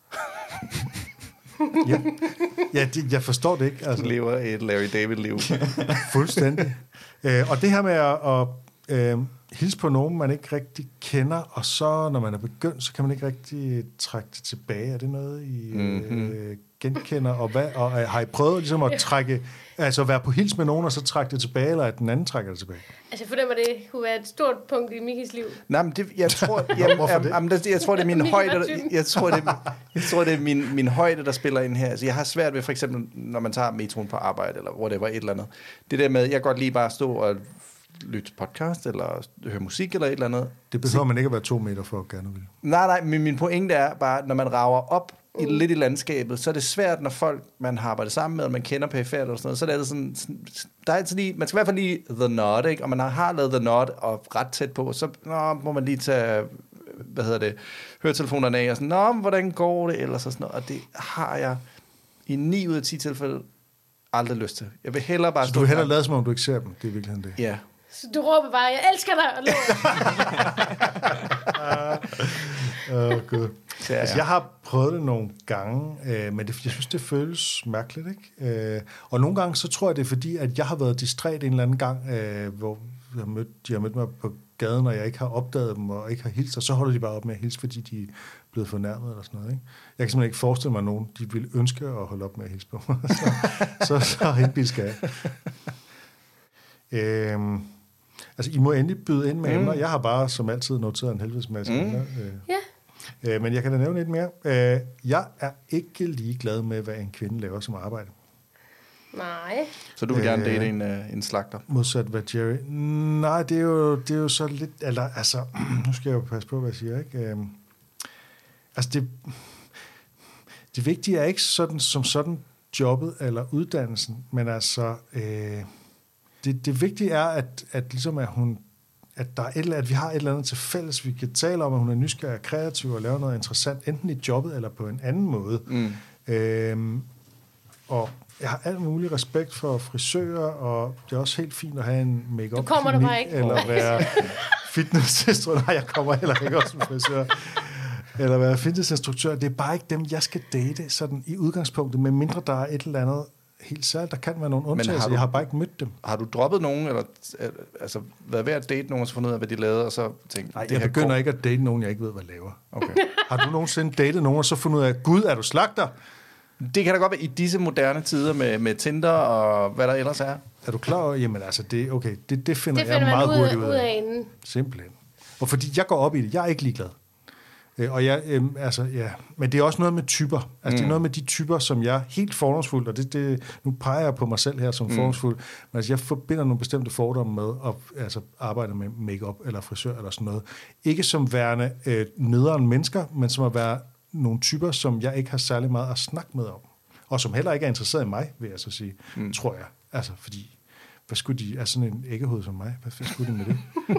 Jeg forstår det ikke. Altså. Lever et Larry David-liv. Fuldstændig. Og det her med at hilse på nogen, man ikke rigtig kender, og så, når man er begyndt, så kan man ikke rigtig trække det tilbage. Er det noget, I genkender, og har I prøvet ligesom at trække, altså være på hils med nogen, og så trække det tilbage, eller at den anden trækker det tilbage? Altså, for dem det kunne være et stort punkt i Mikkis liv. Nej, men jeg tror, det er min højde, jeg tror, det er min højde, der spiller ind her. Altså, jeg har svært ved, for eksempel, når man tager metroen på arbejde, eller whatever, et eller andet. Det der med, jeg kan godt lige bare stå og lytte podcast, eller høre musik, eller et eller andet. Det behøver man ikke at være 2 meter for at gerne vil. Nej, men min pointe er bare, når man rager op lidt i landskabet, så er det svært, når folk, man har arbejdet sammen med, og man kender perifært og sådan noget, så er det sådan, der er altid lige, man skal i hvert fald lige The Nod, ikke? Og man har lavet The Nod og ret tæt på, så må man lige tage, høretelefonerne af, og sådan, hvordan går det, eller sådan noget, og det har jeg i 9 ud af 10 tilfælde aldrig lyst til. Jeg vil hellere bare... Så du vil hellere lade, som om du ikke ser dem, det er virkelig det. Ja. Så du råber bare, jeg elsker dig, og God. Ja. Altså, jeg har prøvet det nogle gange, men jeg synes, det føles mærkeligt, ikke? Og nogle gange, så tror jeg, det er fordi, at jeg har været distræt en eller anden gang, hvor de har mødt mig på gaden, og jeg ikke har opdaget dem, og ikke har hilst, og så holder de bare op med at hilse, fordi de er blevet fornærmet, eller sådan noget, ikke? Jeg kan simpelthen ikke forestille mig, at nogen, de vil ønske at holde op med at hilse på mig. så henbil skal jeg. Altså, I må endelig byde ind med emner. Jeg har bare, som altid, noteret en helvedes masse emner. Men jeg kan da nævne lidt mere. Jeg er ikke ligeglad med, hvad en kvinde laver som arbejde. Nej. Så du vil gerne date en slagter? Modsat hvad Jerry... Nej, det er jo så lidt... Altså, nu skal jeg jo passe på, hvad jeg siger, ikke? Altså, det vigtige er ikke som sådan jobbet eller uddannelsen, men altså... Det vigtige er, at ligesom at der er at vi har et eller andet til fælles. Vi kan tale om, at hun er nysgerrig og kreativ og laver noget interessant, enten i jobbet eller på en anden måde. Og jeg har alt mulig respekt for frisører, og det er også helt fint at have en make-up-klinik, eller være fitnessinstruktør. Nej, jeg kommer heller ikke også som frisør. Eller være fitnessinstruktør. Det er bare ikke dem, jeg skal date sådan i udgangspunktet, med mindre der er et eller andet helt særligt. Der kan være nogle undtagelser. Jeg har bare ikke mødt dem. Har du droppet nogen, eller altså været ved at date nogen, og så fundet ud af, hvad de lavede, og så tænkt... Nej, jeg begynder ikke at date nogen, jeg ikke ved, hvad laver. Okay. Har du nogensinde datet nogen, og så fundet ud af, Gud, er du slagter? Det kan da godt være i disse moderne tider med Tinder og hvad der ellers er. Er du klar over? Jamen altså, det finder jeg meget hurtigt ud af. Simpelthen. Og fordi jeg går op i det. Jeg er ikke ligeglad. Og men det er også noget med typer. Altså, det er noget med de typer, som jeg er helt fordomsfuld, og nu peger jeg på mig selv her som fordomsfuld, men altså, jeg forbinder nogle bestemte fordomme med at arbejde med makeup eller frisør eller sådan noget. Ikke som værende nederen mennesker, men som at være nogle typer, som jeg ikke har særlig meget at snakke med om. Og som heller ikke er interesseret i mig, vil jeg så sige, tror jeg. Altså, fordi, hvad skulle de, er sådan en æggehoved som mig? Hvad skulle de med det?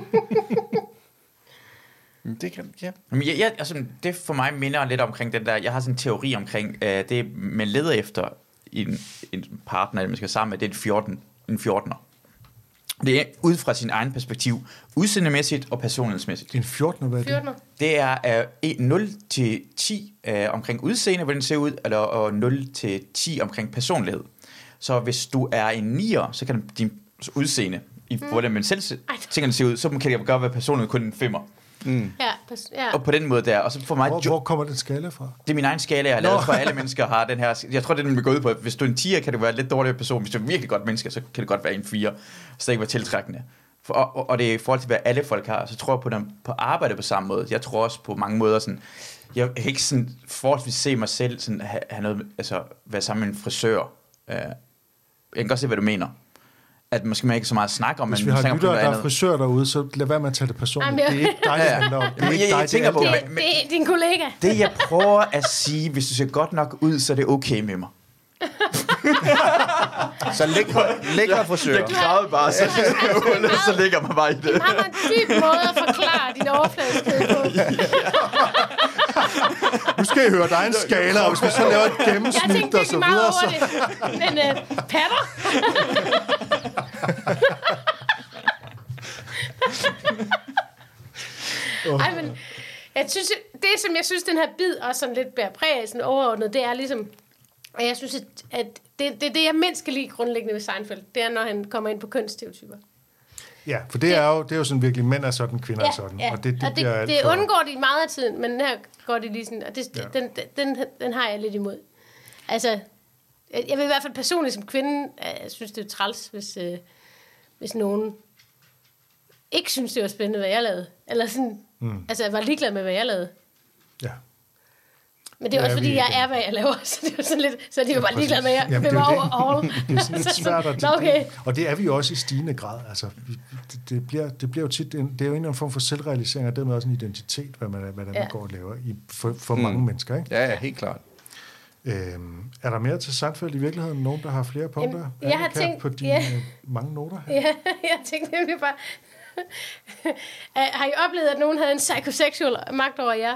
Det kan, ja. Altså, det for mig minder lidt omkring den der, jeg har sådan en teori omkring, det man leder efter en partner, man skal sammen med, det er en 14'er. Det er ud fra sin egen perspektiv, udseendemæssigt og personlighedsmæssigt. En 14'er, hvad er det? Det er 0 til 10 omkring udseende, hvordan det ser ud, og 0 til 10 omkring personlighed. Så hvis du er en 9'er, så kan din udseende, i hvordan man selv tænker, det ser ud, så kan det godt være personlighed kun en 5'er. Ja. Og på den måde der. Og så for mig, hvor kommer den skala fra? Det er min egen skala, jeg har lavet, for alle mennesker har den her. Jeg tror, det er den, vi går ud på. Hvis du er en 10'er, kan det være en lidt dårligere person. Hvis du er en virkelig godt menneske, så kan det godt være en 4'er. Så det ikke være tiltrækkende. Og det er i forhold til, hvad alle folk har. Så tror jeg på dem på arbejde på samme måde. Jeg tror også på mange måder sådan... Jeg kan ikke sådan forholdsvis se mig selv sådan, have noget, altså være sammen med en frisør. Jeg kan godt se, hvad du mener. At måske man ikke så meget snakke om. Hvis vi har lyttere, der er frisør derude, så lad være med at tage det personligt. Det er ikke dig, det handler om. Det er ikke dig, det er din kollega. Det jeg prøver at sige, hvis du ser godt nok ud, så er det okay med mig. Så lækker frisør. Jeg gravede bare, så lægger man bare i det. Det har en dyb måde at forklare din overfladiskhed på. Nu skal I høre, der er en skala, og hvis vi så laver et gennemsnit og så videre, så... Men patter? Ej, men jeg synes, det som jeg synes, den her bid også sådan lidt bærer præg af, sådan overordnet, det er ligesom, og jeg synes, at det jeg mindst skal lide grundlæggende ved Seinfeld, det er, når han kommer ind på kønsstereotyper. Ja, for det er jo sådan virkelig, mænd er sådan, kvinder er sådan. Ja. Og det undgår de meget af tiden, men her går det lige sådan, og den har jeg lidt imod. Altså, jeg vil i hvert fald personligt som kvinde, jeg synes, det er træls, hvis nogen ikke synes, det var spændende, hvad jeg lavede. Eller sådan, altså, jeg var ligeglad med, hvad jeg lavede. Ja. Men det er også, fordi jeg er, hvad jeg laver, så det er sådan lidt, så det er jo bare ligeglad med, at jeg vil over all. Det er sådan lidt svært at okay. Og det er vi jo også i stigende grad. Altså, det bliver jo tit, det er jo en eller anden form for selvrealisering, og dermed også en identitet, hvad man går og laver for mange mennesker, ikke? Ja, helt klart. Er der mere til Seinfeld i virkeligheden? Nogen, der har flere punkter? Jeg har tænkt på dine mange noter her? Ja, jeg tænkte nemlig bare... Har I oplevet, at nogen havde en psychosexual magt over jer?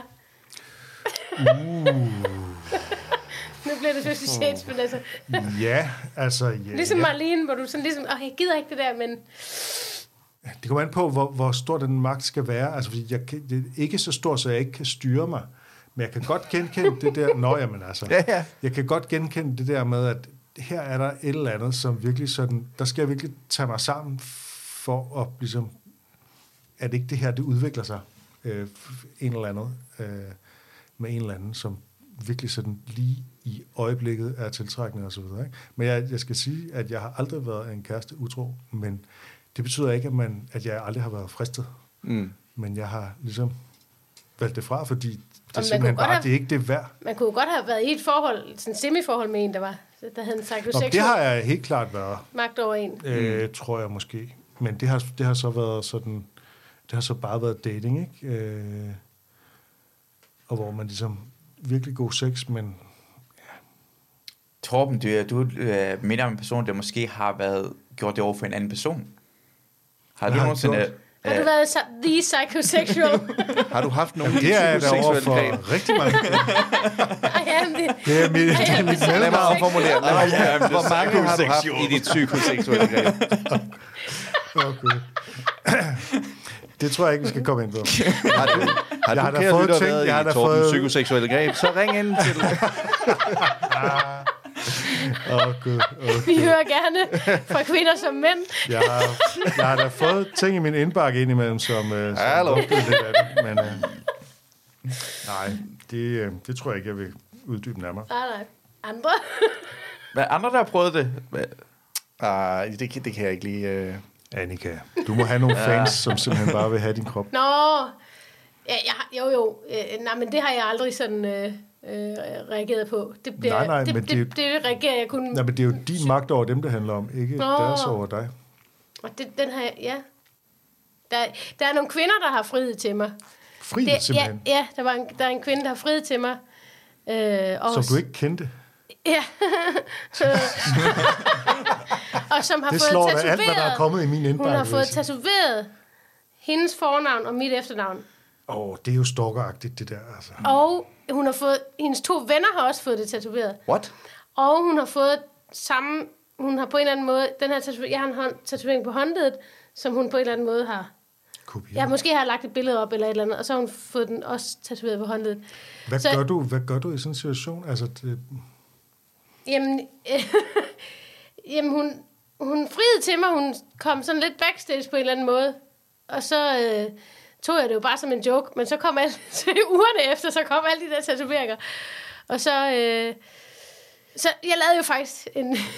Nu bliver det 50 Shades, men altså... Ja, altså... Ja, ligesom Marlene, hvor du sådan ligesom... jeg gider ikke det der, men... Det kommer an på, hvor stor den magt skal være. Altså, fordi det er ikke så stor, så jeg ikke kan styre mig. Men jeg kan godt genkende det der... Jeg kan godt genkende det der med, at her er der et eller andet, som virkelig sådan... Der skal jeg virkelig tage mig sammen for at ligesom... At ikke det her, det udvikler sig en eller anden... med en eller anden, som virkelig sådan lige i øjeblikket er tiltrækkende og så videre. Ikke? Men jeg skal sige, at jeg har aldrig været en kæreste utro, men det betyder ikke, at jeg aldrig har været fristet. Men jeg har ligesom valgt det fra, fordi det er simpelthen bare, det er ikke det værd. Man kunne godt have været i et forhold, sådan semiforhold med en, der havde en psychosexual. Det har jeg helt klart været. Magt over en. Tror jeg måske. Men det har så været sådan, det har så bare været dating, ikke? Og hvor man ligesom virkelig god sex, men... Ja. Torben, du minder om en person, der måske har gjort det over for en anden person. Har du nogensinde... Har du været the psychosexual? Har du haft nogle det er der over for rigtig mange. Det er mit Lad mig omformulere. Hvor mange har du haft i dit psykoseksuelle greb? Okay. Det tror jeg ikke, vi skal komme ind på. Har du kære lytter været i Torbens psykoseksuelle greb, så ring ind til... Vi hører gerne fra kvinder som mænd. Jeg har da fået ting i min indbakke indimellem, som hallo. Men nej, det tror jeg ikke, jeg vil uddybe nærmere. Nej. Andre? Hvad andre, der har prøvet det? Det kan jeg ikke lige... Annika, du må have nogle fans, som simpelthen bare vil have din krop. Nå, nej, men det har jeg aldrig sådan reageret på. Det reagerer jeg kun... Nej, men det er jo din magt over dem, det handler om, ikke deres over dig. Og den har ja. Der er nogle kvinder, der har friet til mig. Friet simpelthen? Ja, der er en kvinde, der har friet til mig. Som du ikke kendte? Ja. Og som har det fået slår tatoveret... alt, hvad der er kommet i min indbakke. Hun har fået tatoveret hendes fornavn og mit efternavn. Det er jo stalkeragtigt, det der. Altså. Og hun har fået... Hendes 2 venner har også fået det tatoveret. What? Og hun har fået samme... Hun har på en eller anden måde... Den her tatovering... Jeg har en tatovering på håndledet, som hun på en eller anden måde har... Kopieret. Ja, måske har jeg lagt et billede op eller et eller andet, og så har hun fået den også tatoveret på håndledet. Hvad gør du i sådan en situation? Altså... Jamen, hun friede til mig. Hun kom sådan lidt backstage på en eller anden måde. Og så tog jeg det jo bare som en joke. Men så kom ugerne efter, så kom alle de der tatoveringer. Og så jeg lavede jo faktisk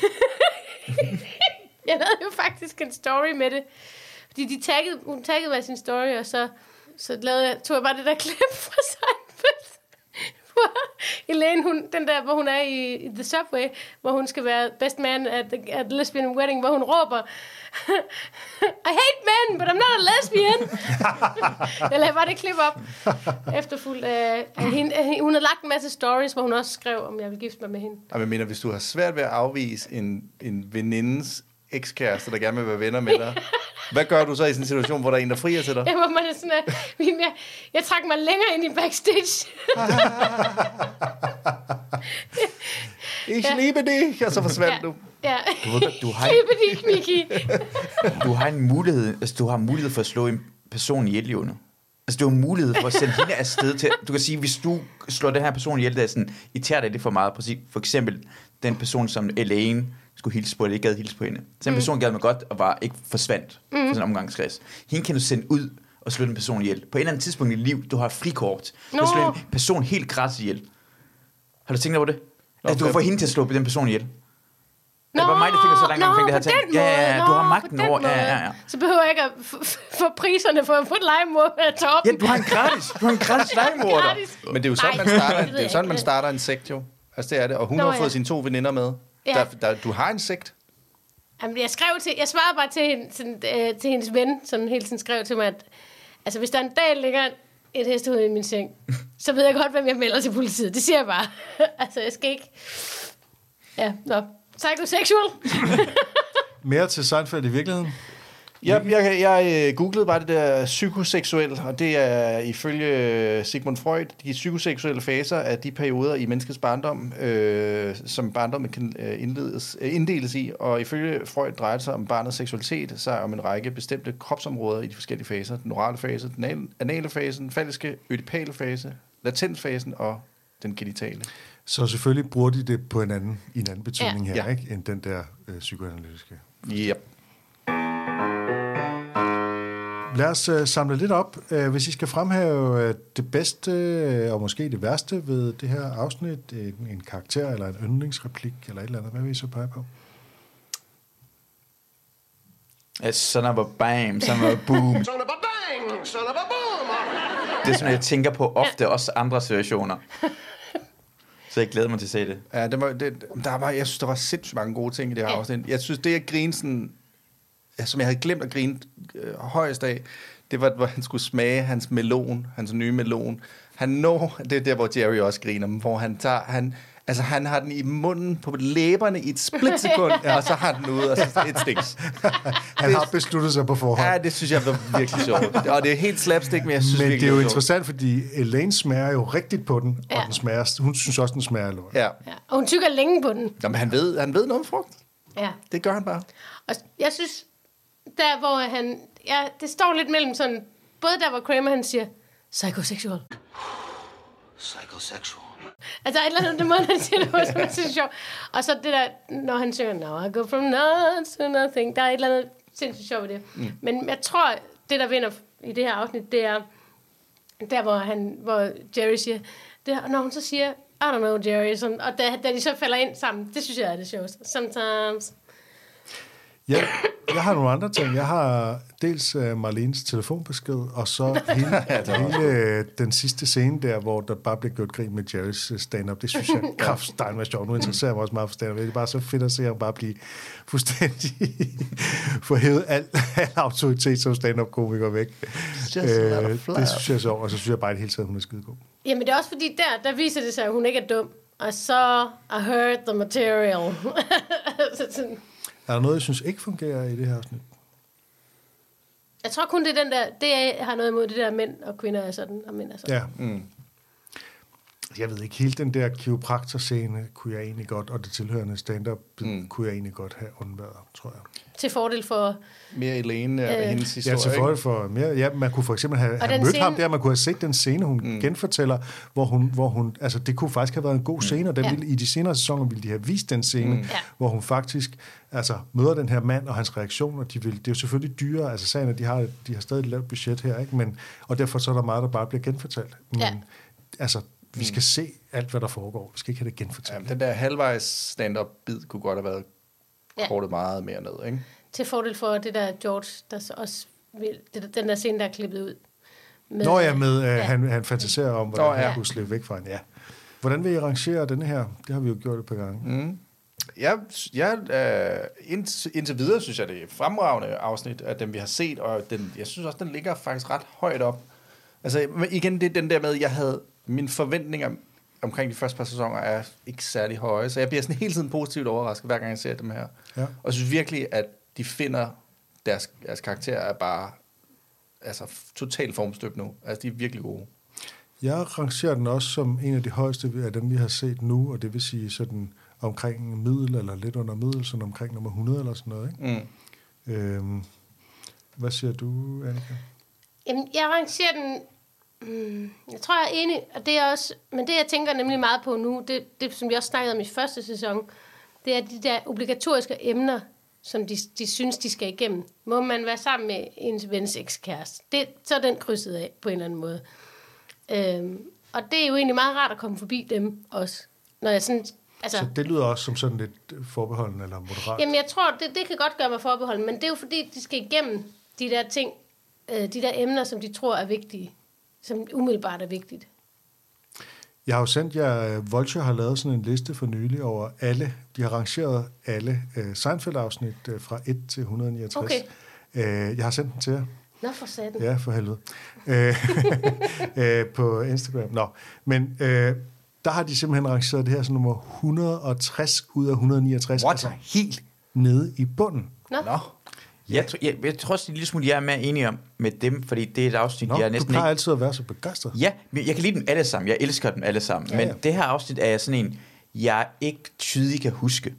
en story med det. Fordi hun taggede mig sin story, og så tog jeg bare det der klip fra Seinfeld. Elaine, den der, hvor hun er i The Subway, hvor hun skal være best man at lesbian wedding, hvor hun råber I hate men, but I'm not a lesbian. Jeg lavede bare det klip op efterfulgt af hende. Hun har lagt en masse stories, hvor hun også skrev, om jeg vil gifte mig med hende. Jeg mener, hvis du har svært ved at afvise en venindens ekskæreste, der gerne vil være venner med dig, hvad gør du så i sådan en situation, hvor der er en, der frier til dig? Jeg trak mig længere ind i backstage. Ich liebe dich, og så forsvandt du. Ja. Du har en mulighed, altså du har mulighed for at slå en person ihjel, jo nu. Altså du har mulighed for at sende hende afsted til, du kan sige, hvis du slår den her person ihjel, der er sådan, irriterer dig det for meget, præcis, for eksempel den person, som Elaine skulle hilse på, eller ikke gad hilse på hende. Så den person gad mig godt, og var ikke forsvandt for sådan en omgangskreds. Hende kan du sende ud og slå den person ihjel. På et eller andet tidspunkt i dit liv, du har frikort. Du kan slå en person helt gratis ihjel. Har du tænkt over det? Altså, du får hende til at slå den person ihjel. Det var mig, der fik så langt omkring det her ting. Ja, du har magten over. Ja. Så behøver jeg ikke at få priserne for at få et legemord at tage op. Ja, du har en gratis legemorder. Men det er jo sådan, man starter. Det er jo sådan, man starter en sekt, jo. Altså, det er det. Og hun har fået sine 2 veninder med. Ja. Du har en sekt. Jamen, jeg svarede bare til hendes ven, som hele tiden skrev til mig, at altså, hvis der en dag ligger et hestehoved i min seng, så ved jeg godt, hvem jeg melder til politiet. Det siger jeg bare. Altså, jeg skal ikke... Ja, psychosexual. Mere til Seinfeld i virkeligheden? Jeg googlede bare det der psykoseksuel, og det er ifølge Sigmund Freud, de psykoseksuelle faser af de perioder i menneskets barndom, som barndommen kan inddeles i, og ifølge Freud drejer det sig om barnets seksualitet, sig om en række bestemte kropsområder i de forskellige faser. Den orale fase, den anale fase, den falske ødipale fase, latensfasen og den genitale. Så selvfølgelig bruger de det på i en anden betydning her, ikke? End den der psykoanalytiske. Yep. Lad os samle lidt op. Hvis I skal fremhæve det bedste og måske det værste ved det her afsnit, en karakter eller en yndlingsreplik eller et eller andet, hvad vil I så pege på? Son of a bam, son of a boom. Son of a bang, son of a boom. Det er sådan, jeg tænker på ofte, også andre situationer. Så jeg glæder mig til at se det. Ja, jeg synes, der var sindssygt mange gode ting i det her afsnit. Jeg synes, det at grine sådan, som jeg havde glemt at grine højest af, det var, hvor han skulle smage hans melon, hans nye melon. Det er der, hvor Jerry også griner, hvor han har den i munden på læberne i et splitsekund, og så har den ude, og så et stiks. Han har besluttet sig på forhånd. Ja, det synes jeg var virkelig sjovt. Og det er helt slapstick, men jeg synes men virkelig, det er jo interessant, fordi Elaine smager jo rigtigt på den, og hun synes også, den smager lort. Ja. Og hun tykker længe på den. Jamen, han ved noget om frugt. Ja. Det gør han bare. Og jeg synes, der hvor han... Ja, det står lidt mellem sådan... Både der, hvor Kramer han siger, psychosexual. Psychosexual. Altså, et eller andet, det måde, han siger det, var så sjovt. Og så det der, når han synger, now I go from nothing to nothing, der er et eller andet sindssygt sjovt i det. Men jeg tror, det der vinder i det her afsnit, det er der, hvor Jerry siger, når hun så siger, I don't know, Jerry, sådan, og da de så falder ind sammen, det synes jeg er det sjoveste. Sometimes. Ja, jeg har nogle andre ting. Jeg har dels Marlenes telefonbesked, og så hele den sidste scene der, hvor der bare bliver gjort grin med Jerrys stand-up. Det synes jeg kraftstein var sjovt. Nu interesserer jeg mig også meget for stand-up. Det er bare så fedt at se ham bare blive fuldstændig forhævet al autoritet som stand-up-komiker væk. Det synes jeg er sjovt, og så synes jeg bare, at det hele taget, hun er skidegod. Jamen det er også fordi der viser det sig, at hun ikke er dum. Og så I heard the material. Er der noget, jeg synes ikke fungerer i det her afsnit? Jeg tror kun, det er den der... Det har noget imod det der, mænd og kvinder er sådan, og mænd er sådan. Ja. Mm. Jeg ved ikke, hele den der kiropraktor-scene kunne jeg egentlig godt, og det tilhørende stand-up kunne jeg egentlig godt have undværet, tror jeg. Til fordel for... Mere Elaine og hendes historie. Ja, til fordel for mere... Ja, man kunne for eksempel have mødt ham der, man kunne have set den scene, hun genfortæller, hvor hun... Altså, det kunne faktisk have været en god scene, og ville, i de senere sæsoner ville de have vist den scene, hvor hun faktisk møder den her mand og hans reaktioner. Det er jo selvfølgelig dyre, altså sagen, at de har stadig et lavt budget her, ikke? Men, og derfor så er der meget, der bare bliver genfortalt. Men altså... Vi skal se alt, hvad der foregår. Vi skal ikke have det genfortalt. Ja, den der halvvejs stand-up-bid kunne godt have været kortet meget mere ned, ikke? Til fordel for det der George, der så også den der scene, der er klippet ud. Han fantaserer om, hvordan han kunne slippe væk fra hende. Ja. Hvordan vil I arrangere denne her? Det har vi jo gjort et par gange. Indtil videre synes jeg, det er et fremragende afsnit af dem, vi har set, og jeg synes også, den ligger faktisk ret højt op. Altså igen, det er den der med, jeg havde mine forventninger omkring de første par sæsoner er ikke særlig høje, så jeg bliver sådan hele tiden positivt overrasket, hver gang jeg ser dem her. Ja. Og jeg synes virkelig, at de finder deres karakterer er bare totalt formstøbt nu. Altså, de er virkelig gode. Jeg rangerer den også som en af de højeste af dem, vi har set nu, og det vil sige sådan omkring middel, eller lidt under middel, sådan omkring nummer 100 eller sådan noget, ikke? Hvad siger du, Annika? Jamen, jeg rangerer den... jeg tror, jeg er enig, og det er også... Men det, jeg tænker nemlig meget på nu, det som vi også snakkede om i første sæson, det er de der obligatoriske emner, som de synes, de skal igennem. Må man være sammen med ens vens ekskæreste? Så er den krydset af, på en eller anden måde. Og det er jo egentlig meget rart at komme forbi dem også. Når jeg sådan Altså, så det lyder også som sådan lidt forbeholden eller moderat? Jamen, jeg tror, det kan godt gøre mig forbeholden, men det er jo fordi, de skal igennem de der ting, de der emner, som de tror er vigtige, som umiddelbart er vigtigt. Jeg har jo sendt jer, Vulture har lavet sådan en liste for nylig over alle, de har rangeret alle Seinfeld-afsnit fra 1 til 169. Okay. Jeg har sendt den til jer. Nå, for satan. Ja, for helvede. På Instagram. Nå, men der har de simpelthen rangeret det her som nummer 160 ud af 169. What? Altså helt nede i bunden. Nå. Jeg tror også, lille smule, jeg er mere enig om med dem, fordi det er et afsnit, jeg er næsten du plejer altid at være så begejstret. Ja, jeg kan lide dem alle sammen. Jeg elsker dem alle sammen. Men det her afsnit er sådan en, jeg ikke tydeligt kan huske.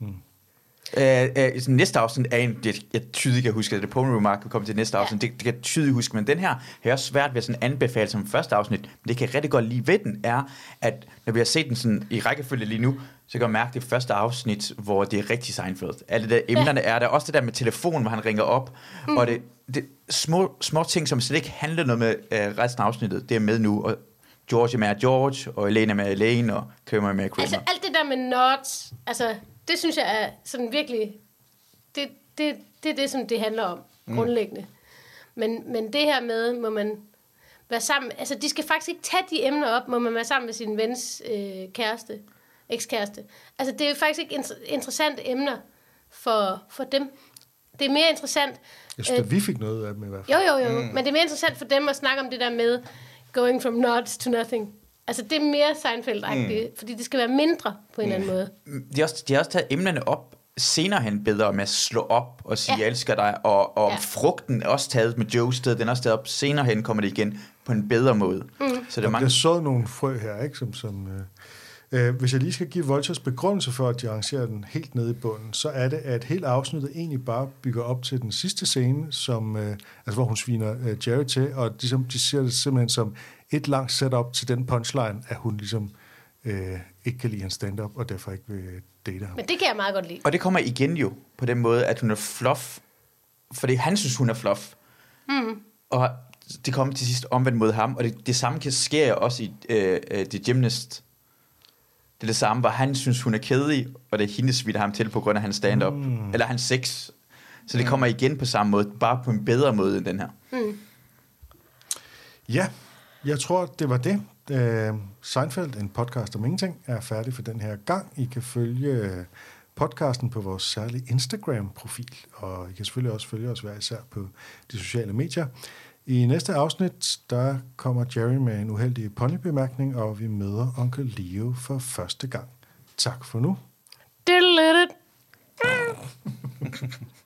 Næste afsnit er en, jeg tydeligt kan huske. Det Pony Remark vil komme til næste afsnit. Det kan jeg tydeligt huske. Men den her har jeg også svært ved sådan anbefale som første afsnit. Men det kan jeg rigtig godt lide ved den, er, at når vi har set den sådan i rækkefølge lige nu, så kan jeg mærke det første afsnit, hvor det er rigtig Seinfeld. Alle de der emnerne er der. Også det der med telefonen, hvor han ringer op. Og det små ting, som slet ikke handler noget med resten af afsnittet, det er med nu. Og George er med George, og Elaine er med Elaine, og Kramer er med Kramer. Altså alt det der med nods, altså det synes jeg er sådan virkelig, det er det, som det handler om, grundlæggende. Men det her med, må man være sammen, altså de skal faktisk ikke tage de emner op, må man være sammen med sin vens ekskæreste. Altså det er faktisk ikke interessante emner for dem. Det er mere interessant. Jeg synes, vi fik noget af dem i hvert fald. Jo, men det er mere interessant for dem at snakke om det der med going from nods to nothing. Altså, det er mere Seinfeld-agtigt, fordi det skal være mindre på en eller anden måde. De har også taget emnerne op senere hen bedre med at slå op og sige, jeg elsker dig, og frugten er også taget med Joe sted, den er også taget op senere hen, kommer det igen på en bedre måde. Så der bliver sået nogle frø her, ikke? Hvis jeg lige skal give Vultures begrundelse for, at de arrangerer den helt nede i bunden, så er det, at helt afsnittet egentlig bare bygger op til den sidste scene, som, hvor hun sviner Jerry til, og de ser det simpelthen som et langt setup til den punchline, at hun ligesom ikke kan lide hans stand-up, og derfor ikke vil date ham. Men det kan jeg meget godt lide. Og det kommer igen jo på den måde, at hun er fluff, fordi han synes, hun er fluff. Og det kommer til sidst omvendt mod ham, og det samme kan ske også i The Gymnast. Det er det samme, hvor han synes, hun er kedelig, og det er hende svitter ham til på grund af hans stand-up, eller hans sex. Så det kommer igen på samme måde, bare på en bedre måde end den her. Ja, jeg tror, det var det. Seinfeld, en podcast om ingenting, er færdig for den her gang. I kan følge podcasten på vores særlige Instagram-profil, og I kan selvfølgelig også følge os hver især på de sociale medier. I næste afsnit, der kommer Jerry med en uheldig ponybemærkning, og vi møder onkel Leo for første gang. Tak for nu. Diddle-it.